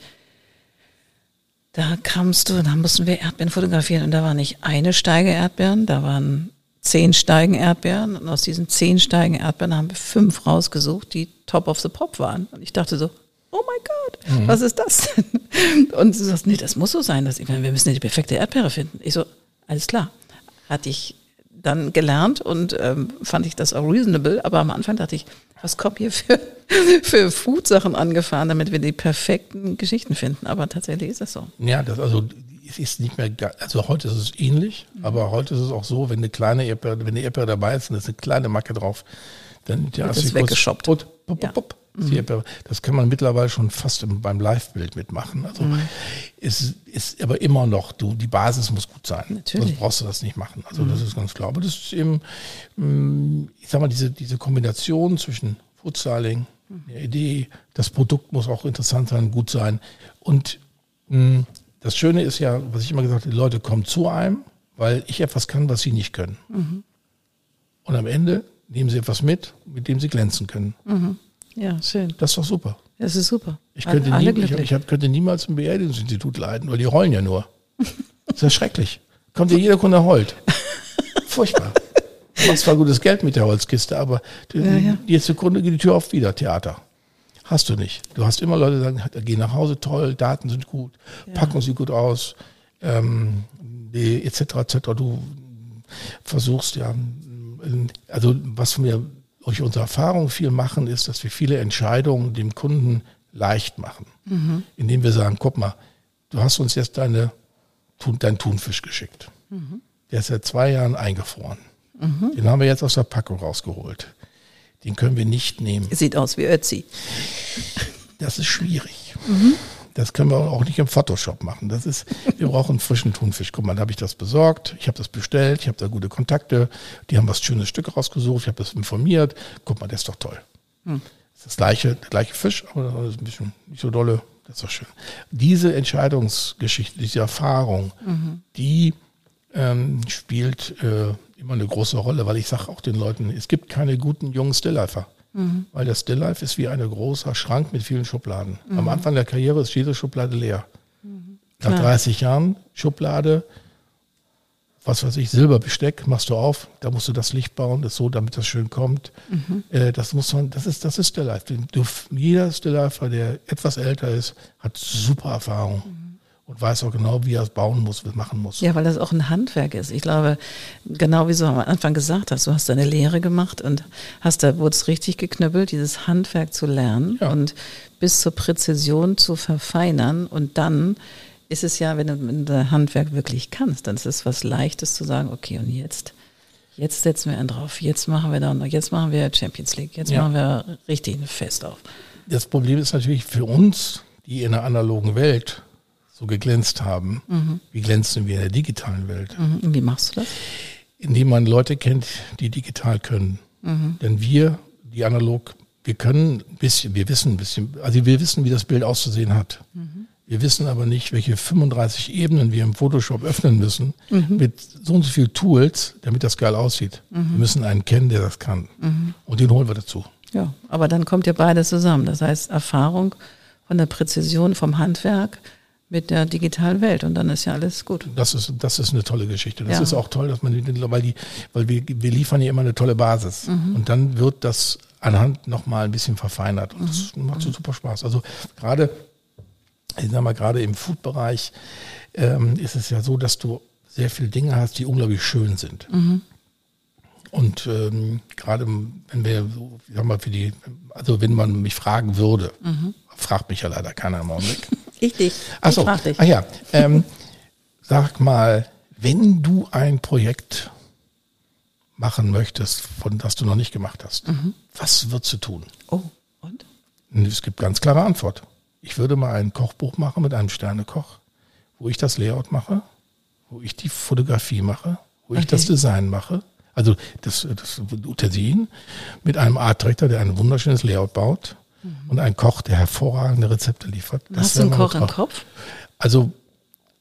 da kamst du, da mussten wir Erdbeeren fotografieren und da war nicht eine Steige Erdbeeren, da waren zehn Steigen Erdbeeren und aus diesen zehn Steigen Erdbeeren haben wir fünf rausgesucht, die Top of the Pop waren. Und ich dachte so, oh mein Gott, mhm. was ist das denn? Und du sagst, nee, das muss so sein, dass ich meine, wir müssen die perfekte Erdbeere finden. Ich so, alles klar. Hatte ich dann gelernt und ähm, fand ich das auch reasonable, aber am Anfang dachte ich, was kommt hier für, für Food-Sachen angefahren, damit wir die perfekten Geschichten finden. Aber tatsächlich ist das so. Ja, das also es ist nicht mehr, also heute ist es ähnlich, mhm. aber heute ist es auch so, wenn eine kleine Erdbeere, wenn eine Erdbeere dabei ist und da ist eine kleine Macke drauf, dann ja, ist es weggeschoppt. Pop, pop, ja. pop, mhm. Das kann man mittlerweile schon fast im, beim Live-Bild mitmachen. Also mhm. es ist aber immer noch, du, die Basis muss gut sein. Natürlich. Sonst brauchst du das nicht machen. Also mhm. das ist ganz klar. Aber das ist eben, ich sag mal, diese, diese Kombination zwischen Food-Styling, mhm. der Idee, das Produkt muss auch interessant sein, gut sein. Und mh, das Schöne ist ja, was ich immer gesagt habe, die Leute kommen zu einem, weil ich etwas kann, was sie nicht können. Mhm. Und am Ende nehmen sie etwas mit, mit dem sie glänzen können. Mhm. Ja, schön. Das ist doch super. Das ist super. Ich könnte, nie, ich, ich hab, könnte niemals ein Beerdigungsinstitut leiten, weil die heulen ja nur. Das ist ja schrecklich. Kommt ja jeder Kunde heult. Furchtbar. Du machst zwar gutes Geld mit der Holzkiste, aber die, ja, ja. jetzt der Kunde geht die Tür auf wieder, Theater. Hast du nicht. Du hast immer Leute, die sagen, geh nach Hause, toll, Daten sind gut, ja. Packung sieht gut aus, ähm, et cetera et cetera. Du versuchst ja, also was wir durch unsere Erfahrung viel machen, ist, dass wir viele Entscheidungen dem Kunden leicht machen. Mhm. Indem wir sagen, guck mal, du hast uns jetzt deine, deinen Thunfisch geschickt. Mhm. Der ist seit zwei Jahren eingefroren. Mhm. Den haben wir jetzt aus der Packung rausgeholt. Den können wir nicht nehmen. Sieht aus wie Ötzi. Das ist schwierig. Mhm. Das können wir auch nicht im Photoshop machen. Das ist, wir brauchen einen frischen Thunfisch. Guck mal, da habe ich das besorgt, ich habe das bestellt, ich habe da gute Kontakte, die haben was schönes Stück rausgesucht, ich habe das informiert. Guck mal, das ist doch toll. Mhm. Das ist das gleiche, der gleiche Fisch, aber das ist ein bisschen nicht so dolle. Das ist doch schön. Diese Entscheidungsgeschichte, diese Erfahrung, mhm. die ähm, spielt äh, immer eine große Rolle, weil ich sage auch den Leuten, es gibt keine guten jungen Stilllifer. Mhm. Weil der Stilllife ist wie ein großer Schrank mit vielen Schubladen. Mhm. Am Anfang der Karriere ist jede Schublade leer. Mhm. Nach dreißig Jahren Schublade, was weiß ich, Silberbesteck, machst du auf, da musst du das Licht bauen, das so, damit das schön kommt. Mhm. Äh, das muss man, das ist, das ist Stilllife. Jeder Stilllifer, der etwas älter ist, hat super Erfahrung. Mhm. Und weiß auch genau, wie er es bauen muss, was machen muss. Ja, weil das auch ein Handwerk ist. Ich glaube, genau wie du am Anfang gesagt hast, du hast deine Lehre gemacht und hast da, wurde es richtig geknüppelt, dieses Handwerk zu lernen ja. und bis zur Präzision zu verfeinern. Und dann ist es ja, wenn du, wenn du Handwerk wirklich kannst, dann ist es was Leichtes zu sagen, okay, und jetzt, jetzt setzen wir einen drauf, jetzt machen wir dann, jetzt machen wir Champions League, jetzt ja. machen wir richtig ein Fest auf. Das Problem ist natürlich für uns, die in der analogen Welt so geglänzt haben. Mhm. Wie glänzen wir in der digitalen Welt? Mhm. Wie machst du das? Indem man Leute kennt, die digital können. Mhm. Denn wir, die analog, wir können ein bisschen, wir wissen ein bisschen, also wir wissen, wie das Bild auszusehen hat. Mhm. Wir wissen aber nicht, welche fünfunddreißig Ebenen wir im Photoshop öffnen müssen, mhm. mit so und so viel Tools, damit das geil aussieht. Mhm. Wir müssen einen kennen, der das kann. Mhm. Und den holen wir dazu. Ja, aber dann kommt ja beides zusammen. Das heißt, Erfahrung von der Präzision, vom Handwerk, mit der digitalen Welt und dann ist ja alles gut. Das ist, das ist eine tolle Geschichte. Das ja. ist auch toll, dass man, weil die, weil wir, wir liefern ja immer eine tolle Basis mhm. und dann wird das anhand nochmal ein bisschen verfeinert und mhm. das macht so super Spaß. Also gerade, ich sag mal, gerade im Food-Bereich ähm, ist es ja so, dass du sehr viele Dinge hast, die unglaublich schön sind. Mhm. Und ähm, gerade wenn wir so, ich sag mal, für die, also wenn man mich fragen würde, mhm. fragt mich ja leider keiner im Augenblick. Ich dich. Ach so. Ich frag dich. Ach ja. Ähm, sag mal, wenn du ein Projekt machen möchtest, von das du noch nicht gemacht hast, mhm. was würdest du tun? Oh, und? Es gibt ganz klare Antwort. Ich würde mal ein Kochbuch machen mit einem Sternekoch, wo ich das Layout mache, wo ich die Fotografie mache, wo okay. ich das Design mache. Also das, das Utensilien mit einem Art Director, der ein wunderschönes Layout baut. Und ein Koch, der hervorragende Rezepte liefert. Das Hast du einen Koch im Kopf? Also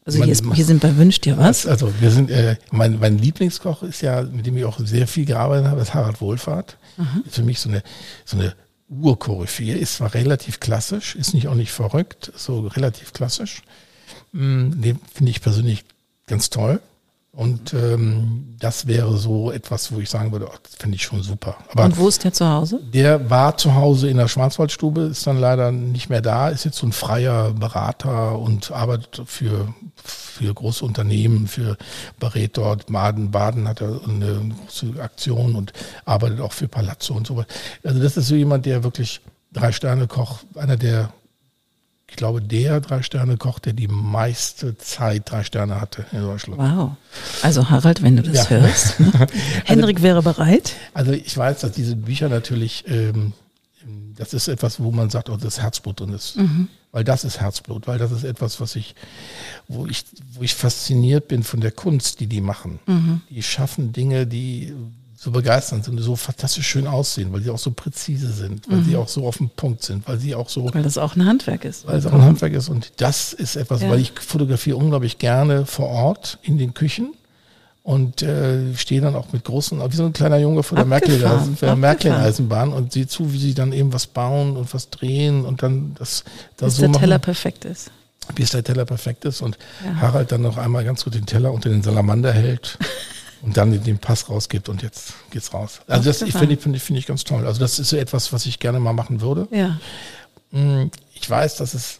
Also man, hier, ist, hier sind bei Wünsch dir was? Also wir sind, äh, mein, mein Lieblingskoch ist ja, mit dem ich auch sehr viel gearbeitet habe, ist Harald Wohlfahrt. Mhm. Ist für mich so eine, so eine Urkoryphäe, ist zwar relativ klassisch, ist nicht auch nicht verrückt, so relativ klassisch. Den finde ich persönlich ganz toll. Und ähm, das wäre so etwas, wo ich sagen würde, oh, das finde ich schon super. Aber und wo ist der zu Hause? Der war zu Hause in der Schwarzwaldstube, ist dann leider nicht mehr da, ist jetzt so ein freier Berater und arbeitet für, für große Unternehmen, für berät dort. Baden, Baden hat er eine große Aktion und arbeitet auch für Palazzo und so weiter. Also das ist so jemand, der wirklich Drei-Sterne-Koch, einer der Ich glaube, der Drei-Sterne-Koch, der die meiste Zeit drei Sterne hatte in Deutschland. Wow. Also Harald, wenn du das ja. hörst. Ne? Hendrik also, wäre bereit. Also ich weiß, dass diese Bücher natürlich, ähm, das ist etwas, wo man sagt, oh, das Herzblut drin ist. Mhm. Weil das ist Herzblut, weil das ist etwas, was ich, wo ich, wo ich fasziniert bin von der Kunst, die die machen. Mhm. Die schaffen Dinge, die so begeisternd sind, so fantastisch schön aussehen, weil sie auch so präzise sind, weil mhm. sie auch so auf dem Punkt sind, weil sie auch so... Weil das auch ein Handwerk ist. Weil es auch ein Handwerk ist und das ist etwas, ja. weil ich fotografiere unglaublich gerne vor Ort in den Küchen und äh, stehe dann auch mit großen, wie so ein kleiner Junge vor der Märklin-Eisenbahn und sehe zu, wie sie dann eben was bauen und was drehen und dann das da bis so der machen. Teller perfekt ist. Bis der Teller perfekt ist und ja. Harald dann noch einmal ganz gut den Teller unter den Salamander hält. Und dann den Pass rausgibt und jetzt geht's raus. Also das ich finde finde ich, finde ich ganz toll. Also das ist so etwas, was ich gerne mal machen würde. Ja. Ich weiß, dass es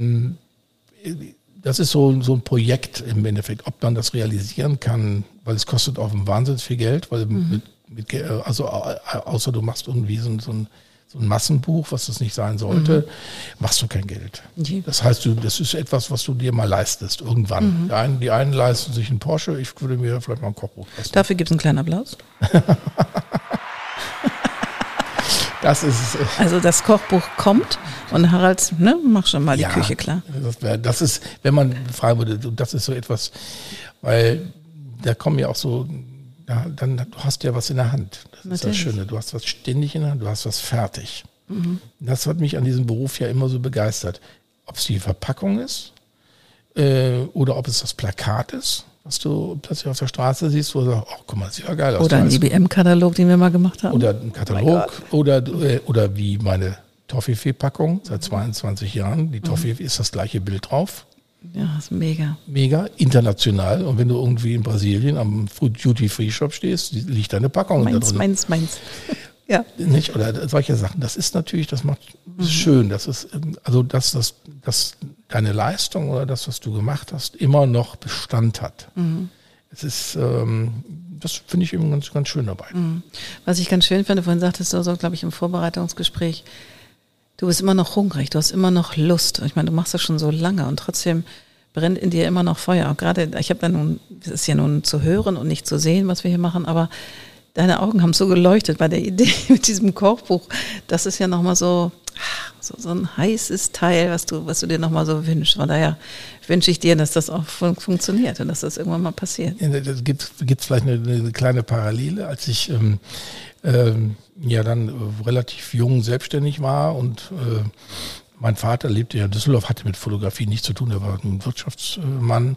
das ist so, so ein Projekt im Endeffekt, ob man das realisieren kann, weil es kostet auch wahnsinnig viel Geld, weil mhm. mit, mit, also außer du machst irgendwie so, so ein so ein Massenbuch, was das nicht sein sollte, mhm. machst du kein Geld. Okay. Das heißt, du, das ist etwas, was du dir mal leistest, irgendwann. Mhm. Die, einen, die einen leisten sich einen Porsche, ich würde mir vielleicht mal ein Kochbuch leisten. Dafür gibt es einen kleinen Applaus. Das ist also das Kochbuch kommt und Harald, ne, mach schon mal die ja, Küche klar. Das, wär, das ist, wenn man fragen würde, das ist so etwas, weil da kommen ja auch so, ja, dann du hast ja was in der Hand. Das Natürlich. Ist das Schöne. Du hast was ständig in der Hand, du hast was fertig. Mhm. Das hat mich an diesem Beruf ja immer so begeistert. Ob es die Verpackung ist äh, oder ob es das Plakat ist, was du plötzlich auf der Straße siehst, wo du sagst, oh, guck mal, das sieht ja geil aus. Oder ein I B M-Katalog, den wir mal gemacht haben. Oder ein Katalog oder, äh, oder wie meine Toffifee-Packung seit zweiundzwanzig Jahren. Die Toffifee mhm. ist das gleiche Bild drauf. Ja, ist mega. Mega, international. Und wenn du irgendwie in Brasilien am Duty-Free-Shop stehst, liegt deine Packung meins, da drin. Meins, meins, ja. Nicht? Oder solche Sachen. Das ist natürlich, das macht mhm. schön. Das ist, also, dass, dass, dass deine Leistung oder das, was du gemacht hast, immer noch Bestand hat. Mhm. Es ist, ähm, das finde ich eben ganz, ganz schön dabei. Mhm. Was ich ganz schön finde, vorhin sagtest du so, glaube ich, im Vorbereitungsgespräch, du bist immer noch hungrig, du hast immer noch Lust. Ich meine, du machst das schon so lange und trotzdem brennt in dir immer noch Feuer. Auch gerade, ich habe da nun, es ist ja nun zu hören und nicht zu sehen, was wir hier machen, aber deine Augen haben so geleuchtet bei der Idee mit diesem Kochbuch. Das ist ja nochmal so, so, so ein heißes Teil, was du, was du dir nochmal so wünschst. Von daher wünsche ich dir, dass das auch fun- funktioniert und dass das irgendwann mal passiert. Ja, das gibt es vielleicht eine, eine kleine Parallele, als ich ähm, ähm, ja dann äh, relativ jung selbstständig war und äh, mein Vater lebte ja in Düsseldorf, hatte mit Fotografie nichts zu tun, er war ein Wirtschaftsmann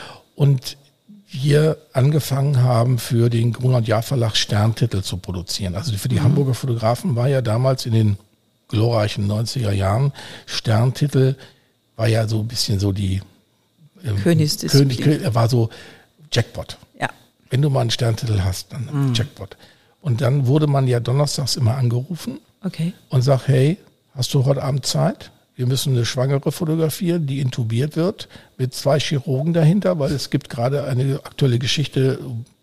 und wir angefangen haben, für den Gruner & Jahr Verlag Sterntitel zu produzieren. Also für die mhm. Hamburger Fotografen war ja damals in den glorreichen neunziger Jahren Sterntitel war ja so ein bisschen so die ähm, Königsdisziplin. König, er war so Jackpot. Ja. Wenn du mal einen Sterntitel hast, dann mhm. Jackpot. Und dann wurde man ja donnerstags immer angerufen okay. und sagt, hey, hast du heute Abend Zeit? Wir müssen eine Schwangere fotografieren, die intubiert wird, mit zwei Chirurgen dahinter, weil es gibt gerade eine aktuelle Geschichte.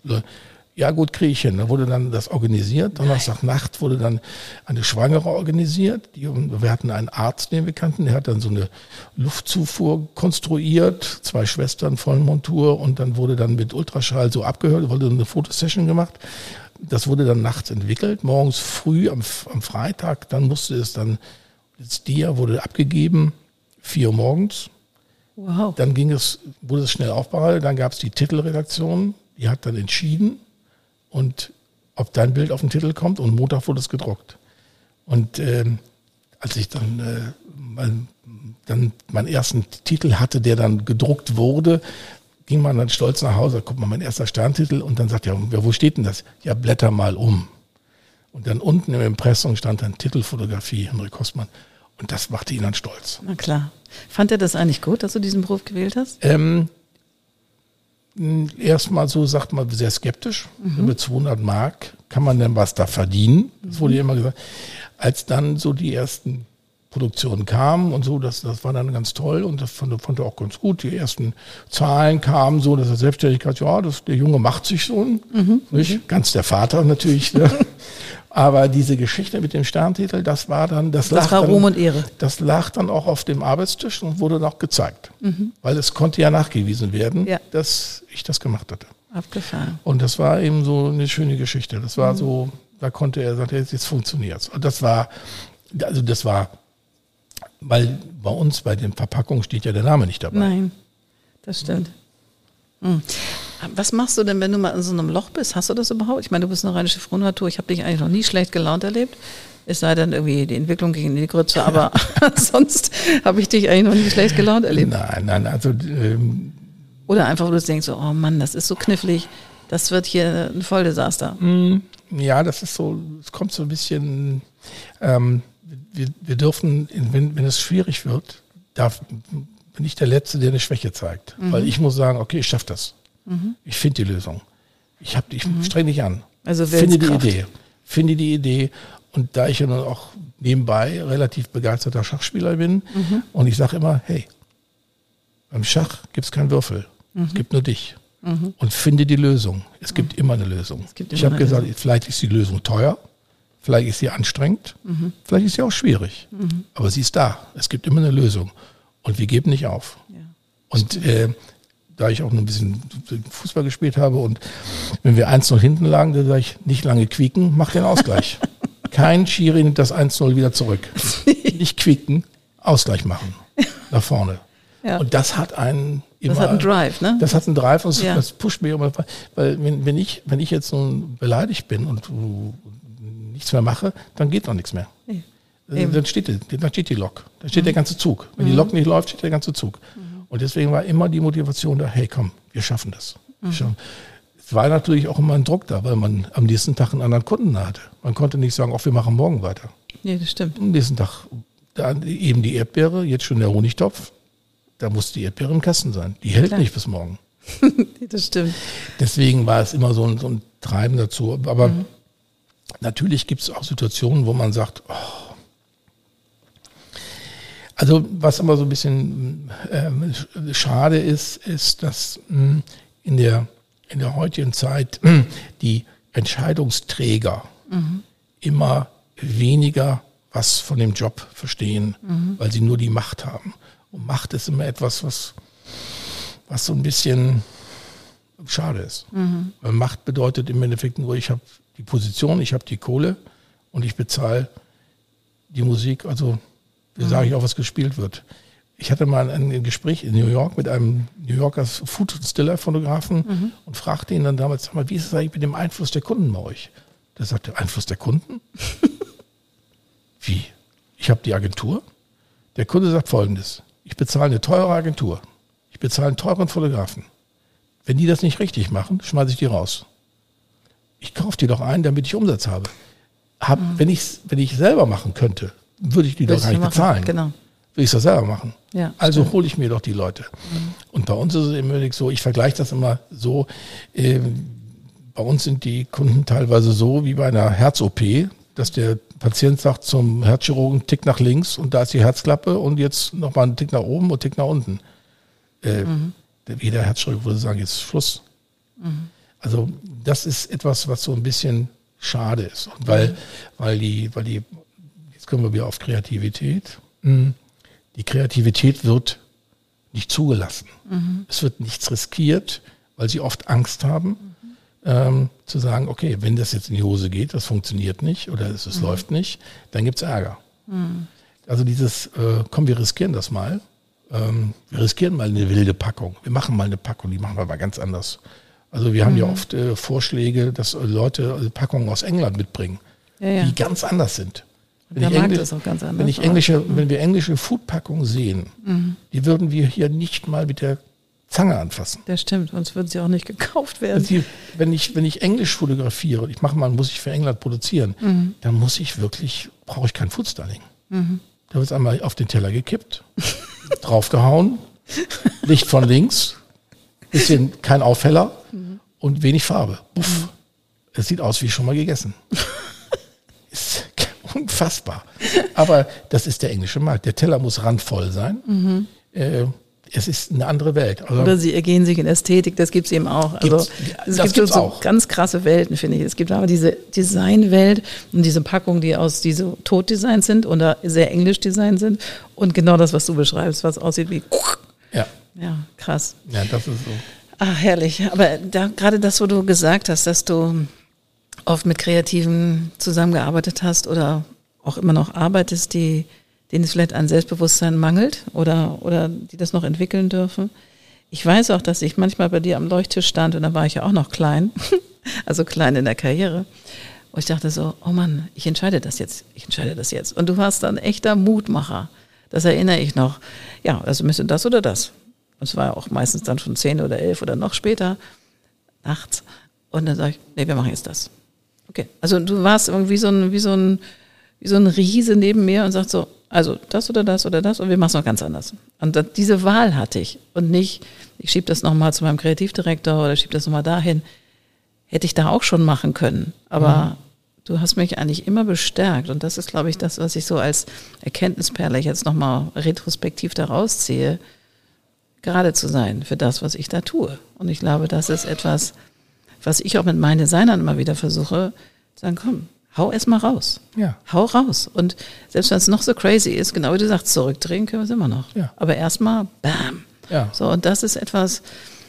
Ja gut, kriege ich hin. Da wurde dann das organisiert. Donnerstagnacht wurde dann eine Schwangere organisiert. Die, wir hatten einen Arzt, den wir kannten, der hat dann so eine Luftzufuhr konstruiert, zwei Schwestern, Vollmontur und dann wurde dann mit Ultraschall so abgehört, wurde eine Fotosession gemacht. Das wurde dann nachts entwickelt, morgens früh am, am Freitag, dann musste es dann, das Dia wurde abgegeben, vier Uhr morgens. Wow. Dann ging es, wurde es schnell aufbereitet, dann gab es die Titelredaktion, die hat dann entschieden und ob dein Bild auf den Titel kommt und Montag wurde es gedruckt. Und ähm, als ich dann, äh, mein, dann meinen ersten Titel hatte, der dann gedruckt wurde, ging man dann stolz nach Hause, guck mal, mein erster Sterntitel und dann sagt er, ja, wo steht denn das? Ja, blätter mal um. Und dann unten im Impressum stand dann Titelfotografie, Henrik Kostmann. Und das machte ihn dann stolz. Na klar. Fand er das eigentlich gut, dass du diesen Beruf gewählt hast? Ähm, Erstmal so, sagt man, sehr skeptisch. Mhm. Mit zweihundert Mark kann man denn was da verdienen? Das wurde ja immer gesagt. Als dann so die ersten Produktionen kamen und so, das, das war dann ganz toll und das fand, fand er auch ganz gut. Die ersten Zahlen kamen so, dass er Selbstständigkeit, ja, das, der Junge macht sich so, mhm. nicht ganz der Vater natürlich. Ne? Aber diese Geschichte mit dem Sterntitel, das war dann, das, das lag war dann, Ruhm und Ehre. Das lag dann auch auf dem Arbeitstisch und wurde noch gezeigt. Mhm. Weil es konnte ja nachgewiesen werden, ja. dass ich das gemacht hatte. Abgefahren. Und das war eben so eine schöne Geschichte. Das war mhm. so, da konnte er sagen, jetzt, jetzt funktioniert's. Und das war, also das war, weil bei uns bei den Verpackungen steht ja der Name nicht dabei. Nein, das stimmt. Mhm. Was machst du denn, wenn du mal in so einem Loch bist? Hast du das überhaupt? Ich meine, du bist eine rheinische Frohnatur. Ich habe dich eigentlich noch nie schlecht gelaunt erlebt. Es sei denn irgendwie die Entwicklung gegen die Grütze, aber sonst habe ich dich eigentlich noch nie schlecht gelaunt erlebt. Nein, nein, also ähm, oder einfach, wo du denkst, so, oh Mann, das ist so knifflig, das wird hier ein Volldesaster. Ja, das ist so, es kommt so ein bisschen, ähm, wir, wir dürfen, wenn, wenn es schwierig wird, darf, bin ich der Letzte, der eine Schwäche zeigt. Mhm. Weil ich muss sagen, okay, ich schaffe das. Mhm. Ich finde die Lösung. Ich, hab, ich mhm. streng dich an. Also finde die Idee. Finde die Idee. Und da ich ja nun auch nebenbei relativ begeisterter Schachspieler bin mhm. und ich sage immer, hey, beim Schach gibt es keinen Würfel. Mhm. Es gibt nur dich. Mhm. Und finde die Lösung. Es gibt mhm. immer eine Lösung. Immer ich habe gesagt, Lösung. Vielleicht ist die Lösung teuer, vielleicht ist sie anstrengend, mhm. vielleicht ist sie auch schwierig. Mhm. Aber sie ist da. Es gibt immer eine Lösung. Und wir geben nicht auf. Ja. Und äh, da ich auch noch ein bisschen Fußball gespielt habe und wenn wir eins null hinten lagen, dann sage ich, nicht lange quieken, mach den Ausgleich. Kein Schiri nimmt das eins null wieder zurück. Nicht quieken, Ausgleich machen. Nach vorne. Ja. Und das hat einen immer, das hat einen Drive, ne? Das hat einen Drive und ja. das pusht mich immer. Weil wenn, wenn, ich, wenn ich jetzt nun beleidigt bin und uh, nichts mehr mache, dann geht noch nichts mehr. Nee. Dann steht, die, dann steht die Lok. Da steht mhm. der ganze Zug. Wenn mhm. die Lok nicht läuft, steht der ganze Zug. Mhm. Und deswegen war immer die Motivation da, hey komm, wir schaffen das. Mhm. Wir schaffen. Es war natürlich auch immer ein Druck da, weil man am nächsten Tag einen anderen Kunden hatte. Man konnte nicht sagen, auch wir machen morgen weiter. Nee, das stimmt. Am nächsten Tag da eben die Erdbeere, jetzt schon der Honigtopf. Da muss die Erdbeere im Kasten sein. Die hält Klar. nicht bis morgen. Das stimmt. Deswegen war es immer so ein, so ein Treiben dazu. Aber mhm. natürlich gibt es auch Situationen, wo man sagt, oh, also was immer so ein bisschen ähm, schade ist, ist, dass mh, in der in der heutigen Zeit mh, die Entscheidungsträger mhm. immer weniger was von dem Job verstehen, mhm. weil sie nur die Macht haben. Und Macht ist immer etwas, was, was so ein bisschen schade ist. Mhm. Weil Macht bedeutet im Endeffekt nur, ich habe die Position, ich habe die Kohle und ich bezahle die Musik, also da sage ich auch, was gespielt wird. Ich hatte mal ein Gespräch in New York mit einem New Yorker Food-Stiller-Fotografen mhm. und fragte ihn dann damals, sag mal, wie ist es eigentlich mit dem Einfluss der Kunden bei euch? Der sagte, Einfluss der Kunden? Wie? Ich habe die Agentur. Der Kunde sagt Folgendes, ich bezahle eine teure Agentur. Ich bezahle einen teuren Fotografen. Wenn die das nicht richtig machen, schmeiße ich die raus. Ich kaufe die doch ein, damit ich Umsatz habe. Hab, mhm. wenn ich wenn ich selber machen könnte, würde ich die Würde doch gar nicht bezahlen. Genau. Würde ich das selber machen. Ja, also hole ich mir doch die Leute. Mhm. Und bei uns ist es immer so, ich vergleiche das immer so, äh, bei uns sind die Kunden teilweise so wie bei einer Herz-O P, dass der Patient sagt zum Herzchirurgen, Tick nach links und da ist die Herzklappe und jetzt nochmal einen Tick nach oben und Tick nach unten. Äh, mhm. Jeder Herzchirurg würde sagen, jetzt ist Schluss. Mhm. Also das ist etwas, was so ein bisschen schade ist. Und weil, mhm. weil die, weil die Jetzt kommen wir wieder auf Kreativität. Die Kreativität wird nicht zugelassen. Mhm. Es wird nichts riskiert, weil sie oft Angst haben, mhm. ähm, zu sagen, okay, wenn das jetzt in die Hose geht, das funktioniert nicht oder es, es mhm. läuft nicht, dann gibt es Ärger. Mhm. Also dieses, äh, komm, wir riskieren das mal. Ähm, wir riskieren mal eine wilde Packung. Wir machen mal eine Packung, die machen wir mal ganz anders. Also wir haben mhm. ja oft äh, Vorschläge, dass Leute Packungen aus England mitbringen, ja, ja. die ganz anders sind. Wenn, der ich, mag Engl- das auch ganz anders. wenn, ich englische, wenn wir englische Foodpackungen sehen, Mhm. die würden wir hier nicht mal mit der Zange anfassen. Das stimmt, sonst würden sie auch nicht gekauft werden. Also die, wenn, ich, wenn ich Englisch fotografiere, ich mache mal, muss ich für England produzieren, Mhm. dann muss ich wirklich, brauche ich kein Foodstyling. Mhm. Da wird es einmal auf den Teller gekippt, draufgehauen, Licht von links, bisschen kein Aufheller mhm. und wenig Farbe. Puff. Mhm. Es sieht aus wie schon mal gegessen. Ist unfassbar. Aber das ist der englische Markt. Der Teller muss randvoll sein. Mhm. Äh, es ist eine andere Welt. Also Oder sie ergehen sich in Ästhetik, das gibt es eben auch. Also, Gibt's, es das gibt so auch. ganz krasse Welten, finde ich. Es gibt aber diese Designwelt und diese Packungen, die aus diese Totdesign sind oder sehr englisch Design sind. Und genau das, was du beschreibst, was aussieht wie. Ja. Ja, krass. Ja, das ist so. Ach, herrlich. Aber da, gerade das, wo du gesagt hast, dass du oft mit Kreativen zusammengearbeitet hast oder auch immer noch arbeitest, die, denen es vielleicht an Selbstbewusstsein mangelt oder, oder die das noch entwickeln dürfen. Ich weiß auch, dass ich manchmal bei dir am Leuchttisch stand und da war ich ja auch noch klein, also klein in der Karriere. Und ich dachte so, oh Mann, ich entscheide das jetzt, ich entscheide das jetzt. Und du warst dann echter Mutmacher. Das erinnere ich noch. Ja, also müsste das oder das. Und es war auch meistens dann schon zehn oder elf oder noch später, nachts. Und dann sage ich, nee, wir machen jetzt das. Okay. Also du warst irgendwie so ein, wie so ein, wie so ein Riese neben mir und sagst so, also das oder das oder das und wir machen es noch ganz anders. Und das, diese Wahl hatte ich und nicht, ich schiebe das nochmal zu meinem Kreativdirektor oder schiebe das nochmal dahin. Hätte ich da auch schon machen können. Aber mhm. du hast mich eigentlich immer bestärkt und das ist, glaube ich, das, was ich so als Erkenntnisperle jetzt nochmal retrospektiv daraus ziehe, gerade zu sein für das, was ich da tue. Und ich glaube, das ist etwas, was ich auch mit meinen Designern immer wieder versuche, zu sagen, komm, hau erst mal raus. Ja. Hau raus. Und selbst wenn es noch so crazy ist, genau wie du sagst, zurückdrehen können wir es immer noch. Ja. Aber erstmal, bam. Ja. So, und das ist etwas,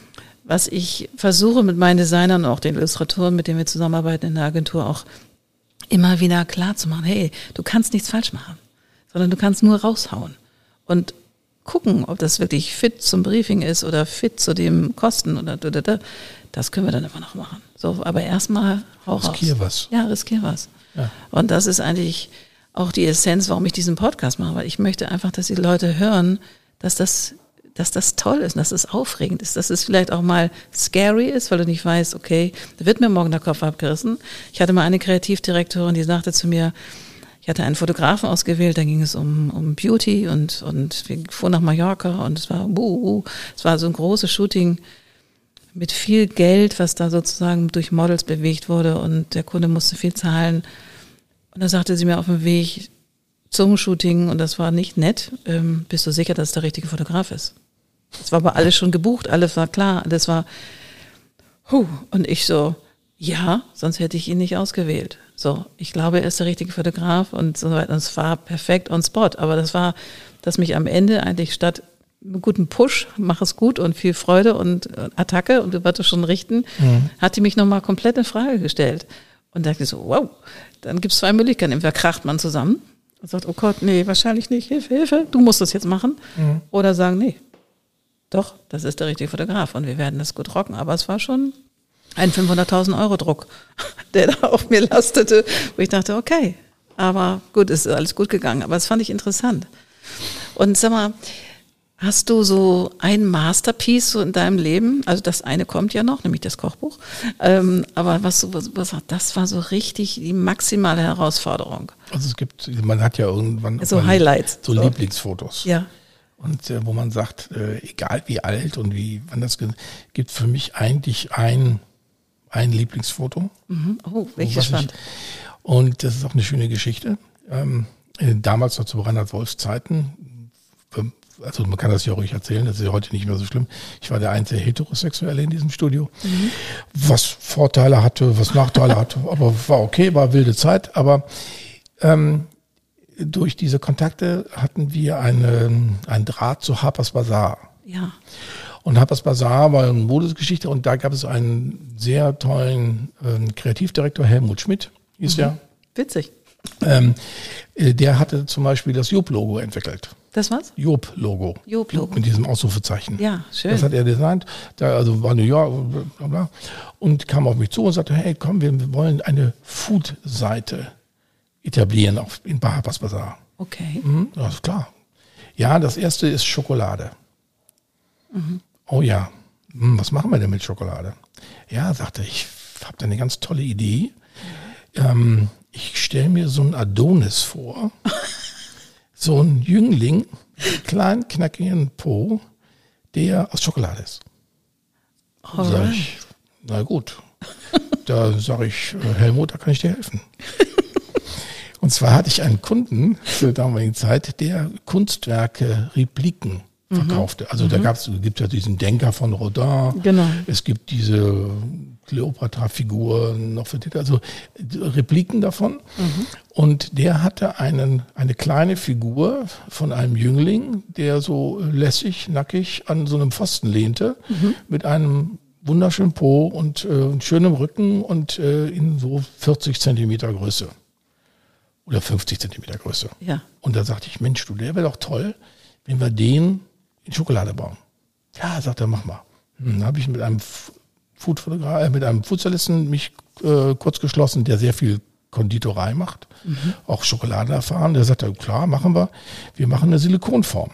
was ich versuche mit meinen Designern und auch den Illustratoren, mit denen wir zusammenarbeiten in der Agentur, auch immer wieder klar zu machen, hey, du kannst nichts falsch machen, sondern du kannst nur raushauen. Und gucken, ob das wirklich fit zum Briefing ist oder fit zu dem Kosten oder da, da, da. Das können wir dann immer noch machen. So, aber erstmal hau raus. Riskier was. Ja, riskier was. Ja. Und das ist eigentlich auch die Essenz, warum ich diesen Podcast mache, weil ich möchte einfach, dass die Leute hören, dass das, dass das toll ist, dass es aufregend ist, dass es vielleicht auch mal scary ist, weil du nicht weißt, okay, da wird mir morgen der Kopf abgerissen. Ich hatte mal eine Kreativdirektorin, die sagte zu mir, ich hatte einen Fotografen ausgewählt, da ging es um, um Beauty und, und wir fuhren nach Mallorca und es war, uh, uh, es war so ein großes Shooting mit viel Geld, was da sozusagen durch Models bewegt wurde und der Kunde musste viel zahlen. Und da sagte sie mir auf dem Weg zum Shooting, und das war nicht nett, ähm, bist du sicher, dass es der richtige Fotograf ist? Es war aber alles schon gebucht, alles war klar, alles war, huh, und ich so, ja, sonst hätte ich ihn nicht ausgewählt. So, ich glaube, er ist der richtige Fotograf und so weiter. Und es war perfekt on spot. Aber das war, dass mich am Ende eigentlich statt einem guten Push, mach es gut und viel Freude und Attacke und du wirst es schon richten, mhm. hat die mich nochmal komplett in Frage gestellt. Und da dachte ich so, wow, dann gibt es zwei Möglichkeiten. Entweder kracht man zusammen und sagt, oh Gott, nee, wahrscheinlich nicht, Hilfe, Hilfe, du musst das jetzt machen. Mhm. Oder sagen, nee, doch, das ist der richtige Fotograf und wir werden das gut rocken. Aber es war schon ein fünfhunderttausend Euro Druck, der da auf mir lastete, wo ich dachte, okay, aber gut, es ist alles gut gegangen, aber das fand ich interessant. Und sag mal, hast du so ein Masterpiece so in deinem Leben? Also das eine kommt ja noch, nämlich das Kochbuch, ähm, aber was, was, was, das war so richtig die maximale Herausforderung. Also es gibt, man hat ja irgendwann so Highlights, so, so Lieblingsfotos. Ja. Und äh, wo man sagt, äh, egal wie alt und wie, wann das gibt für mich eigentlich ein Ein Lieblingsfoto. Mhm. Oh, welches spannend. Ich, und das ist auch eine schöne Geschichte. Ähm, damals noch zu Reinhard Wolfs Zeiten, also man kann das ja ruhig erzählen, das ist ja heute nicht mehr so schlimm. Ich war der einzige Heterosexuelle in diesem Studio, mhm. was Vorteile hatte, was Nachteile hatte, aber war okay, war wilde Zeit. Aber ähm, durch diese Kontakte hatten wir eine, einen Draht zu Harper's Bazaar. Ja. Und Harper's Bazaar war eine Modesgeschichte und da gab es einen sehr tollen ähm, Kreativdirektor, Helmut Schmidt, hieß mhm. der. Witzig. Ähm, der hatte zum Beispiel das Job-Logo entwickelt. Das was? Job-Logo. Job-Logo. Mit diesem Ausrufezeichen. Ja, schön. Das hat er designt. Da also war New York bla bla, und kam auf mich zu und sagte, hey komm, wir wollen eine Food-Seite etablieren auf, in Harper's Bazaar. Okay. Mhm, ja, ist klar. Ja, das erste ist Schokolade. Mhm. Oh ja, hm, was machen wir denn mit Schokolade? Ja, sagte ich, ich habe da eine ganz tolle Idee. Ähm, ich stelle mir so einen Adonis vor, so einen Jüngling, einen kleinen, knackigen Po, der aus Schokolade ist. Alright. Sag ich, na gut, da sage ich, Helmut, da kann ich dir helfen. Und zwar hatte ich einen Kunden zur damaligen Zeit, der Kunstwerke, Repliken verkaufte. Also mhm. da gab's, gibt ja diesen Denker von Rodin. Genau. Es gibt diese Kleopatra-Figur noch für also Repliken davon. Mhm. Und der hatte einen, eine kleine Figur von einem Jüngling, der so lässig, nackig an so einem Pfosten lehnte, mhm. mit einem wunderschönen Po und äh, schönem Rücken und äh, in so vierzig Zentimeter Größe. Oder fünfzig Zentimeter Größe. Ja. Und da sagte ich, Mensch, du, der wäre doch toll, wenn wir den in Schokolade bauen. Ja, sagt er, mach mal. Hm, dann habe ich mit einem Foodfotograf, äh, mit einem Foodstylisten mich äh, kurz geschlossen, der sehr viel Konditorei macht, mhm. auch Schokolade erfahren. Der sagte, klar, machen wir. Wir machen eine Silikonform.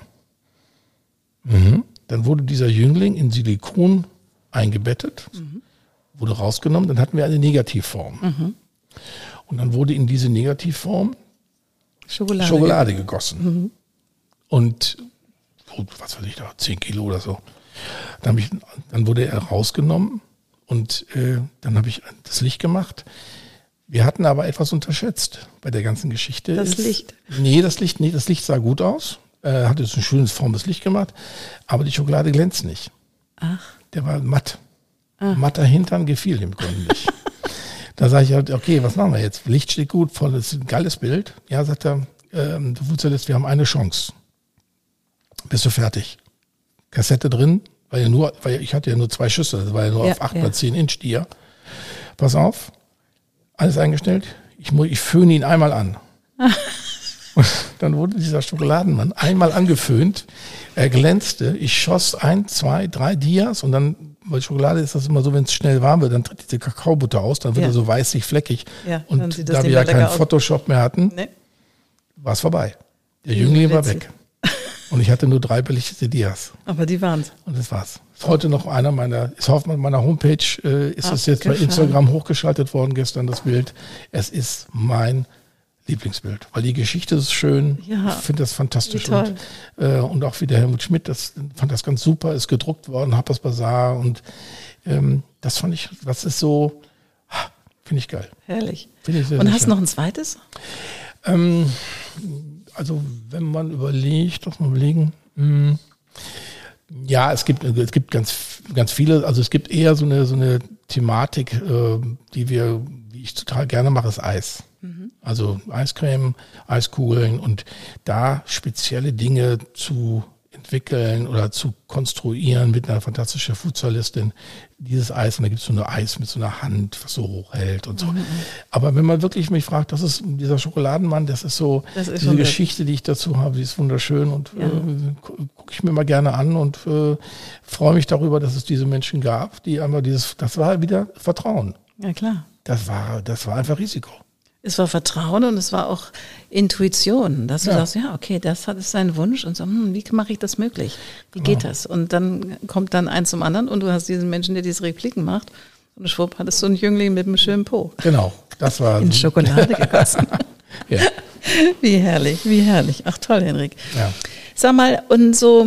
Mhm. Dann wurde dieser Jüngling in Silikon eingebettet, mhm. wurde rausgenommen, dann hatten wir eine Negativform. Mhm. Und dann wurde in diese Negativform Schokolade, Schokolade gegossen. Mhm. Und was weiß ich da, zehn Kilo oder so. Dann, hab ich, dann wurde er rausgenommen und äh, dann habe ich das Licht gemacht. Wir hatten aber etwas unterschätzt bei der ganzen Geschichte. Das ist, Licht? Nee, das Licht, nee, das Licht sah gut aus. Er hatte jetzt ein schönes formes Licht gemacht, aber die Schokolade glänzt nicht. Ach. Der war matt. Ach. Matter Hintern gefiel dem Kunden nicht. Da sage ich halt, okay, was machen wir jetzt? Licht steht gut, voll, das ist ein geiles Bild. Ja, sagt er, ähm, du Foodstylist, wir haben eine Chance. Bist du fertig? Kassette drin, weil ja nur, weil ich hatte ja nur zwei Schüsse, das war ja nur ja, auf acht ja. mal zehn Inch Stier. Pass auf, alles eingestellt, ich, muss, ich föhne ihn einmal an. Und dann wurde dieser Schokoladenmann einmal angeföhnt, er glänzte, ich schoss ein, zwei, drei Dias und dann, weil Schokolade ist das immer so, wenn es schnell warm wird, dann tritt diese Kakaobutter aus, dann wird ja. er so weißig, fleckig. Ja, und da wir ja keinen aus. Photoshop mehr hatten, nee. war es vorbei. Der Wie Jüngling war weg. Und ich hatte nur drei belichtete Dias. Aber die waren's. Und das war's. Ist heute noch einer meiner, ist auf meiner Homepage, äh, ist es jetzt bei Instagram hochgeschaltet worden gestern, das Bild. Es ist mein Lieblingsbild, weil die Geschichte ist schön. Ja, ich finde das fantastisch. Und, äh, und auch wie der Helmut Schmidt, das fand das ganz super, ist gedruckt worden, Harper's Bazaar und ähm, das fand ich, das ist so, finde ich geil. Herrlich. Find ich sehr, und sehr hast schön. noch ein zweites? Ähm, also wenn man überlegt, doch mal überlegen, mh, ja, es gibt es gibt ganz ganz viele, also es gibt eher so eine so eine Thematik, äh, die wir, die ich total gerne mache, ist Eis. Mhm. Also Eiscreme, Eiskugeln und da spezielle Dinge zu entwickeln oder zu konstruieren mit einer fantastischen Foodstylistin. Dieses Eis, und da gibt es so eine Eis mit so einer Hand, was so hochhält und so. Mhm. Aber wenn man wirklich mich fragt, das ist dieser Schokoladenmann, das ist so, das ist diese Geschichte, die ich dazu habe, die ist wunderschön und ja. äh, gucke ich mir mal gerne an und äh, freue mich darüber, dass es diese Menschen gab, die einmal dieses, das war wieder Vertrauen. Ja, klar. Das war, das war einfach Risiko. Es war Vertrauen und es war auch Intuition, dass du ja. sagst, ja, okay, das hat ist sein Wunsch und so, hm, wie mache ich das möglich? Wie geht ja. das? Und dann kommt dann eins zum anderen und du hast diesen Menschen, der diese Repliken macht und schwupp hattest du einen Jüngling mit einem schönen Po. Genau, das war... In Schokolade gegossen. ja. Wie herrlich, wie herrlich. Ach toll, Henrik. Ja. Sag mal, und so,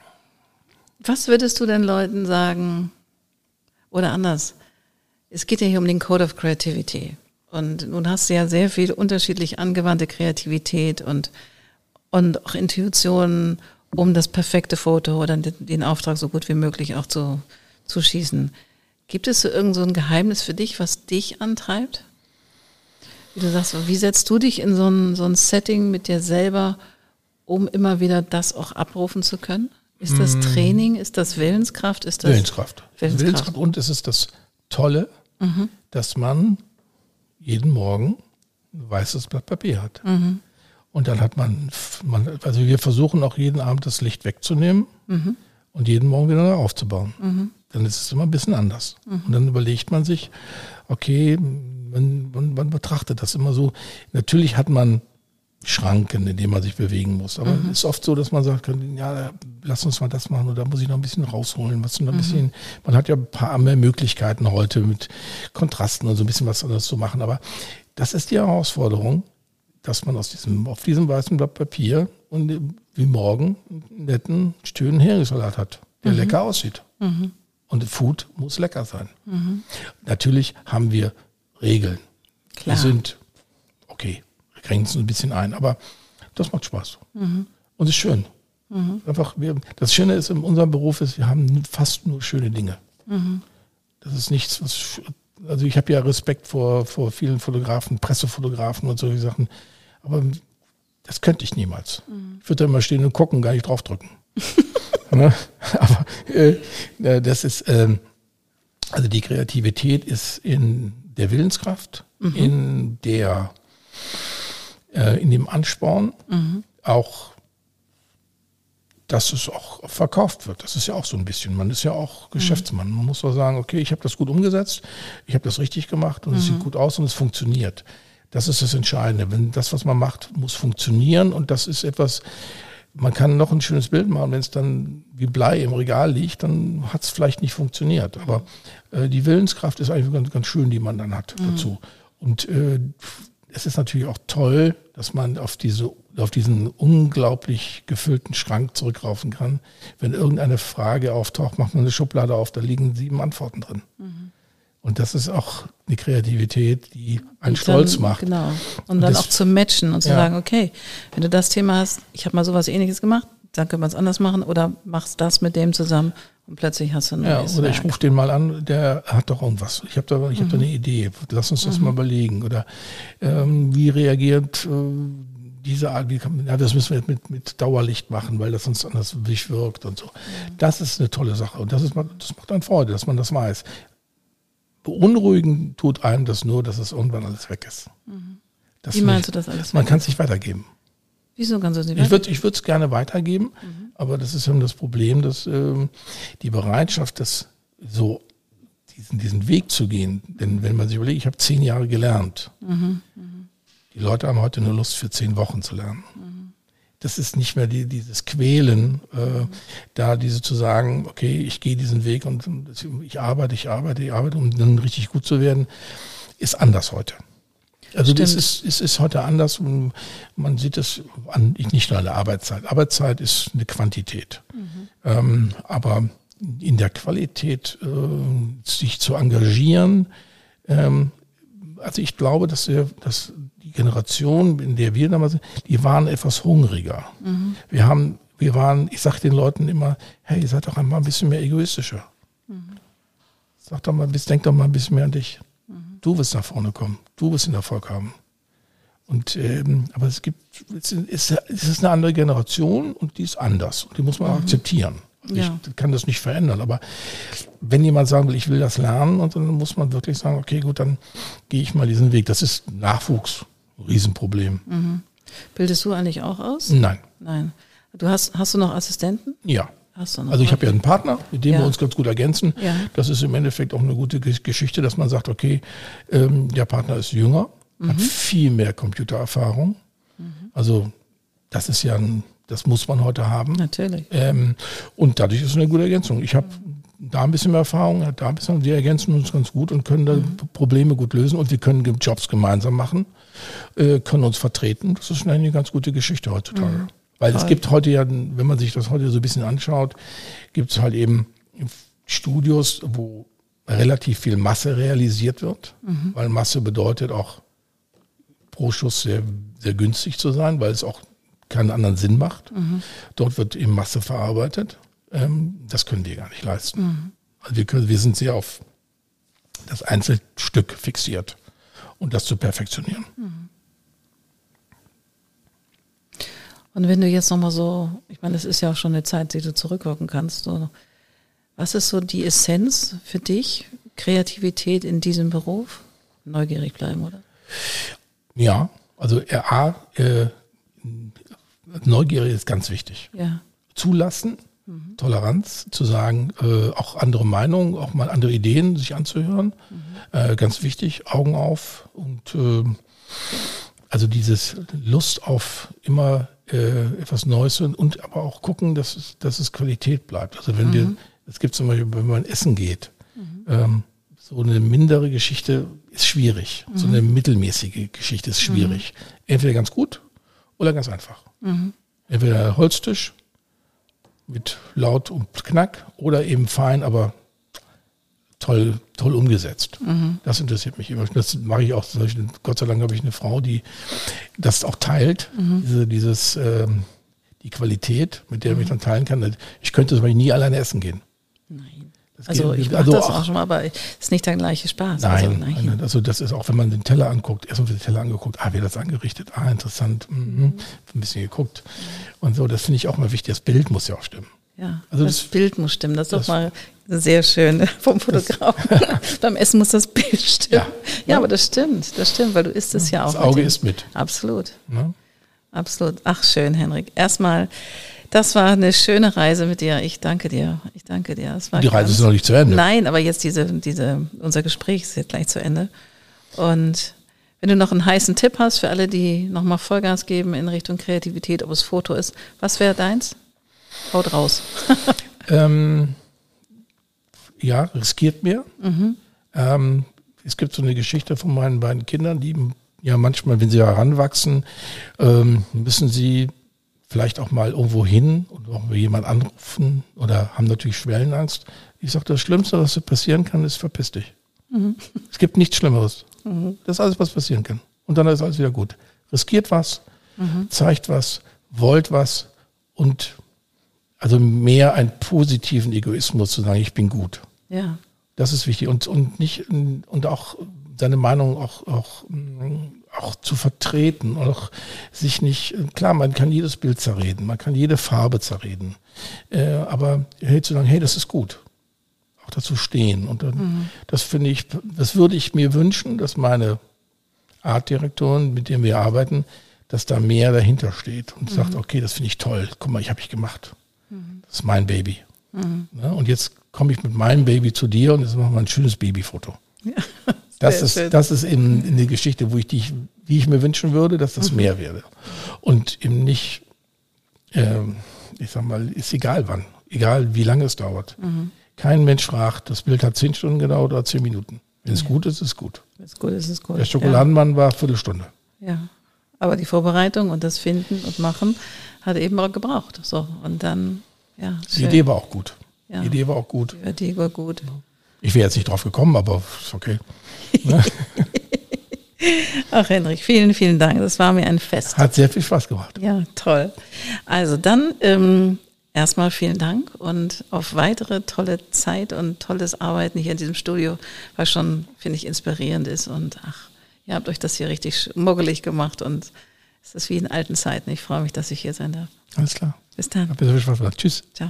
was würdest du denn Leuten sagen, oder anders, es geht ja hier um den Code of Creativity. Und nun hast du ja sehr viel unterschiedlich angewandte Kreativität und, und auch Intuition, um das perfekte Foto oder den, den Auftrag so gut wie möglich auch zu, zu schießen. Gibt es so irgend so ein Geheimnis für dich, was dich antreibt? Wie du sagst, wie setzt du dich in so ein, so ein Setting mit dir selber, um immer wieder das auch abrufen zu können? Ist das Training? Ist das Willenskraft? Ist das Willenskraft. Willenskraft. Willenskraft. Und es ist das Tolle, mhm. dass man jeden Morgen ein weißes Blatt Papier hat. Mhm. Und dann hat man, man, also wir versuchen auch jeden Abend das Licht wegzunehmen mhm. und jeden Morgen wieder neu aufzubauen. Mhm. dann ist es immer ein bisschen anders. Mhm. Und dann überlegt man sich, okay, man, man, man betrachtet das immer so. Natürlich hat man Schranken, in denen man sich bewegen muss. Aber mhm. es ist oft so, dass man sagt, ja, lass uns mal das machen oder da muss ich noch ein bisschen rausholen. Was noch ein mhm. bisschen, man hat ja ein paar mehr Möglichkeiten heute mit Kontrasten und so ein bisschen was anderes zu machen. Aber das ist die Herausforderung, dass man aus diesem, auf diesem weißen Blatt Papier und wie morgen einen netten, schönen Heringssalat hat, der mhm. lecker aussieht. Mhm. Und Food muss lecker sein. Mhm. Natürlich haben wir Regeln. Klar. Wir sind, okay, wir grenzen ein bisschen ein, aber das macht Spaß. Mhm. Und ist schön. Mhm. Einfach, wir, das Schöne ist in unserem Beruf ist, wir haben fast nur schöne Dinge. Mhm. Das ist nichts, was, also ich habe ja Respekt vor, vor vielen Fotografen, Pressefotografen und solche Sachen, aber das könnte ich niemals. Mhm. Ich würde da immer stehen und gucken, gar nicht draufdrücken. Ne? Aber äh, das ist, ähm, also die Kreativität ist in der Willenskraft, mhm. in der, äh, in dem Ansporn, mhm. auch, dass es auch verkauft wird. Das ist ja auch so ein bisschen, man ist ja auch Geschäftsmann. Man muss doch sagen, okay, ich habe das gut umgesetzt, ich habe das richtig gemacht und mhm. es sieht gut aus und es funktioniert. Das ist das Entscheidende. Wenn das, was man macht, muss funktionieren und das ist etwas, man kann noch ein schönes Bild machen, wenn es dann wie Blei im Regal liegt, dann hat es vielleicht nicht funktioniert. Aber äh, die Willenskraft ist eigentlich ganz, ganz schön, die man dann hat mhm. dazu. Und äh, es ist natürlich auch toll, dass man auf diese, auf diesen unglaublich gefüllten Schrank zurückraufen kann. Wenn irgendeine Frage auftaucht, macht man eine Schublade auf, da liegen sieben Antworten drin. Mhm. Und das ist auch eine Kreativität, die einen und stolz dann, macht. Genau. Und, und dann das, auch zu matchen und zu ja. sagen, okay, wenn du das Thema hast, ich habe mal sowas Ähnliches gemacht, dann können wir es anders machen oder machst das mit dem zusammen und plötzlich hast du ein neues Ja, oder Werk. ich rufe den mal an, der hat doch irgendwas. Ich habe da, ich mhm. hab da eine Idee. Lass uns das mhm. mal überlegen. Oder ähm, wie reagiert äh, diese Art, wie kann, ja, das müssen wir mit, mit Dauerlicht machen, weil das sonst anders wirkt und so. Mhm. Das ist eine tolle Sache und das, ist, das macht dann Freude, dass man das weiß. Beunruhigen tut einem das nur, dass es irgendwann alles weg ist. Mhm. Wie meinst du das alles? Man kann es nicht weitergeben. Wieso kannst du es nicht weitergeben? Ich würde es gerne weitergeben, mhm. aber das ist eben das Problem, dass ähm, die Bereitschaft, das so diesen, diesen Weg zu gehen, denn wenn man sich überlegt, ich habe zehn Jahre gelernt. Mhm. Mhm. Die Leute haben heute nur Lust für zehn Wochen zu lernen. Mhm. Das ist nicht mehr die, dieses Quälen, äh, mhm. da diese zu sagen, okay, ich gehe diesen Weg und ich arbeite, ich arbeite, ich arbeite, um dann richtig gut zu werden, ist anders heute. Also das ist, es ist heute anders. Man sieht es an, nicht nur an der Arbeitszeit. Arbeitszeit ist eine Quantität. Mhm. Ähm, aber in der Qualität, äh, sich zu engagieren, ähm, also ich glaube, dass, wir, dass die Generation, in der wir damals sind, die waren etwas hungriger. Mhm. Wir haben, wir waren, ich sage den Leuten immer, hey, seid doch einmal ein bisschen mehr egoistischer. Mhm. Sag doch mal, denk doch mal ein bisschen mehr an dich. Mhm. Du wirst nach vorne kommen. Du wirst den Erfolg haben. Und, ähm, aber es gibt, es ist, es ist eine andere Generation und die ist anders. Und die muss man mhm. akzeptieren. Ja. Ich kann das nicht verändern, aber wenn jemand sagen will, ich will das lernen, und dann muss man wirklich sagen, okay, gut, dann gehe ich mal diesen Weg. Das ist Nachwuchs, ein Riesenproblem. Mhm. Bildest du eigentlich auch aus? Nein. Nein. Du hast, hast du noch Assistenten? Ja. Hast du noch also ich habe ja einen Partner, mit dem ja. wir uns ganz gut ergänzen. Ja. Das ist im Endeffekt auch eine gute Geschichte, dass man sagt, okay, ähm, der Partner ist jünger, mhm. hat viel mehr Computererfahrung. Mhm. Also das ist ja ein Das muss man heute haben. Natürlich. Ähm, und dadurch ist es eine gute Ergänzung. Ich habe da ein bisschen mehr Erfahrung, da ein bisschen, wir ergänzen uns ganz gut und können da mhm. Probleme gut lösen und wir können Jobs gemeinsam machen, äh, können uns vertreten. Das ist eine ganz gute Geschichte heutzutage. Mhm. Weil Toll. Es gibt heute ja, wenn man sich das heute so ein bisschen anschaut, gibt es halt eben Studios, wo relativ viel Masse realisiert wird, mhm. weil Masse bedeutet auch pro Schuss sehr, sehr günstig zu sein, weil es auch keinen anderen Sinn macht. Mhm. Dort wird eben Masse verarbeitet. Ähm, das können wir gar nicht leisten. Mhm. Also wir, können, wir sind sehr auf das Einzelstück fixiert und das zu perfektionieren. Mhm. Und wenn du jetzt nochmal so, ich meine, es ist ja auch schon eine Zeit, die du zurückwirken kannst. So, was ist so die Essenz für dich, Kreativität in diesem Beruf? Neugierig bleiben, oder? Ja, also A, äh, Neugier ist ganz wichtig. Ja. Zulassen, Mhm. Toleranz, zu sagen, äh, auch andere Meinungen, auch mal andere Ideen sich anzuhören. Mhm. Äh, ganz wichtig, Augen auf und äh, also dieses Lust auf immer äh, etwas Neues und aber auch gucken, dass es, dass es Qualität bleibt. Also wenn mhm. wir, es gibt zum Beispiel, wenn man essen geht, mhm. ähm, so eine mindere Geschichte ist schwierig. Mhm. So eine mittelmäßige Geschichte ist schwierig. Mhm. Entweder ganz gut oder ganz einfach. Mhm. Entweder Holztisch mit Laut und Knack oder eben fein, aber toll, toll umgesetzt. Mhm. Das interessiert mich immer. Das mache ich auch. Gott sei Dank habe ich eine Frau, die das auch teilt, mhm. diese, dieses, ähm, die Qualität, mit der mhm. ich dann teilen kann. Ich könnte zum Beispiel nie alleine essen gehen. Nein. Das also geht, ich mache also das auch schon mal, aber es ist nicht der gleiche Spaß. Nein, also, nein. also das ist auch, wenn man den Teller anguckt, erstmal den Teller angeguckt, ah, wie das angerichtet, ah, interessant, mhm. ein bisschen geguckt und so, das finde ich auch mal wichtig, das Bild muss ja auch stimmen. Ja, also das, das Bild muss stimmen, das ist doch mal sehr schön vom Fotografen. Beim Essen muss das Bild stimmen. Ja, ja, ja, aber das stimmt, das stimmt, weil du isst es ja, ja auch. Das Auge isst mit. Absolut, ja. Absolut. Ach, schön, Henrik. Erstmal, das war eine schöne Reise mit dir. Ich danke dir. Ich danke dir. Es war die Reise ist noch nicht zu Ende. Nein, aber jetzt diese, diese, unser Gespräch ist jetzt gleich zu Ende. Und wenn du noch einen heißen Tipp hast für alle, die nochmal Vollgas geben in Richtung Kreativität, ob es Foto ist, was wäre deins? Haut raus. ähm, ja, riskiert mehr. Mhm. Ähm, es gibt so eine Geschichte von meinen beiden Kindern, die ja manchmal, wenn sie heranwachsen, ähm, müssen sie vielleicht auch mal irgendwo hin und auch jemand anrufen oder haben natürlich Schwellenangst. Ich sage, das Schlimmste, was passieren kann, ist, verpiss dich. Mhm. Es gibt nichts Schlimmeres. Mhm. Das ist alles, was passieren kann. Und dann ist alles wieder gut. Riskiert was, mhm. zeigt was, wollt was und also mehr einen positiven Egoismus zu sagen, ich bin gut. Ja. Das ist wichtig. Und, und nicht, und auch seine Meinung auch, auch, auch zu vertreten, auch sich nicht, klar, man kann jedes Bild zerreden, man kann jede Farbe zerreden, äh, aber hey, zu sagen, hey, das ist gut, auch dazu stehen. Und dann, mhm. das finde ich, das würde ich mir wünschen, dass meine Artdirektoren, mit denen wir arbeiten, dass da mehr dahinter steht und mhm. sagt, okay, das finde ich toll, guck mal, ich habe ich gemacht. Mhm. Das ist mein Baby. Mhm. Ja, und jetzt komme ich mit meinem Baby zu dir und jetzt machen wir ein schönes Babyfoto. Ja. Das ist, das ist eben eine Geschichte, wo ich die, die ich mir wünschen würde, dass das mhm. mehr werde. Und eben nicht, ähm, ich sag mal, ist egal wann, egal wie lange es dauert. Mhm. Kein Mensch fragt, das Bild hat zehn Stunden gedauert oder zehn Minuten. Wenn es ja. gut ist, ist es gut. Wenn es gut ist, ist es gut. Der Schokoladenmann ja. war eine Viertelstunde. Ja, aber die Vorbereitung und das Finden und Machen hat eben auch gebraucht. So, und dann, ja. Die Idee war auch gut. Ja. Die Idee war auch gut. Die Idee war gut. Ich wäre jetzt nicht drauf gekommen, aber ist okay. Ach, Henrik, vielen, vielen Dank. Das war mir ein Fest. Hat sehr viel Spaß gemacht. Ja, toll. Also dann ähm, erstmal vielen Dank und auf weitere tolle Zeit und tolles Arbeiten hier in diesem Studio, was schon, finde ich, inspirierend ist. Und ach, ihr habt euch das hier richtig muggelig gemacht und es ist wie in alten Zeiten. Ich freue mich, dass ich hier sein darf. Alles klar. Bis dann. Hat mir sehr viel Spaß gemacht. Tschüss. Ciao.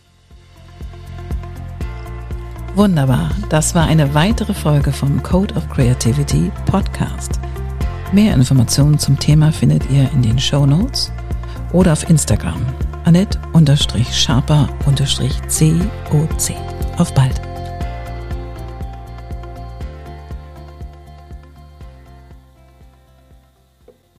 Wunderbar, das war eine weitere Folge vom Code of Creativity Podcast. Mehr Informationen zum Thema findet ihr in den Shownotes oder auf Instagram annette-sharper-coc. Auf bald!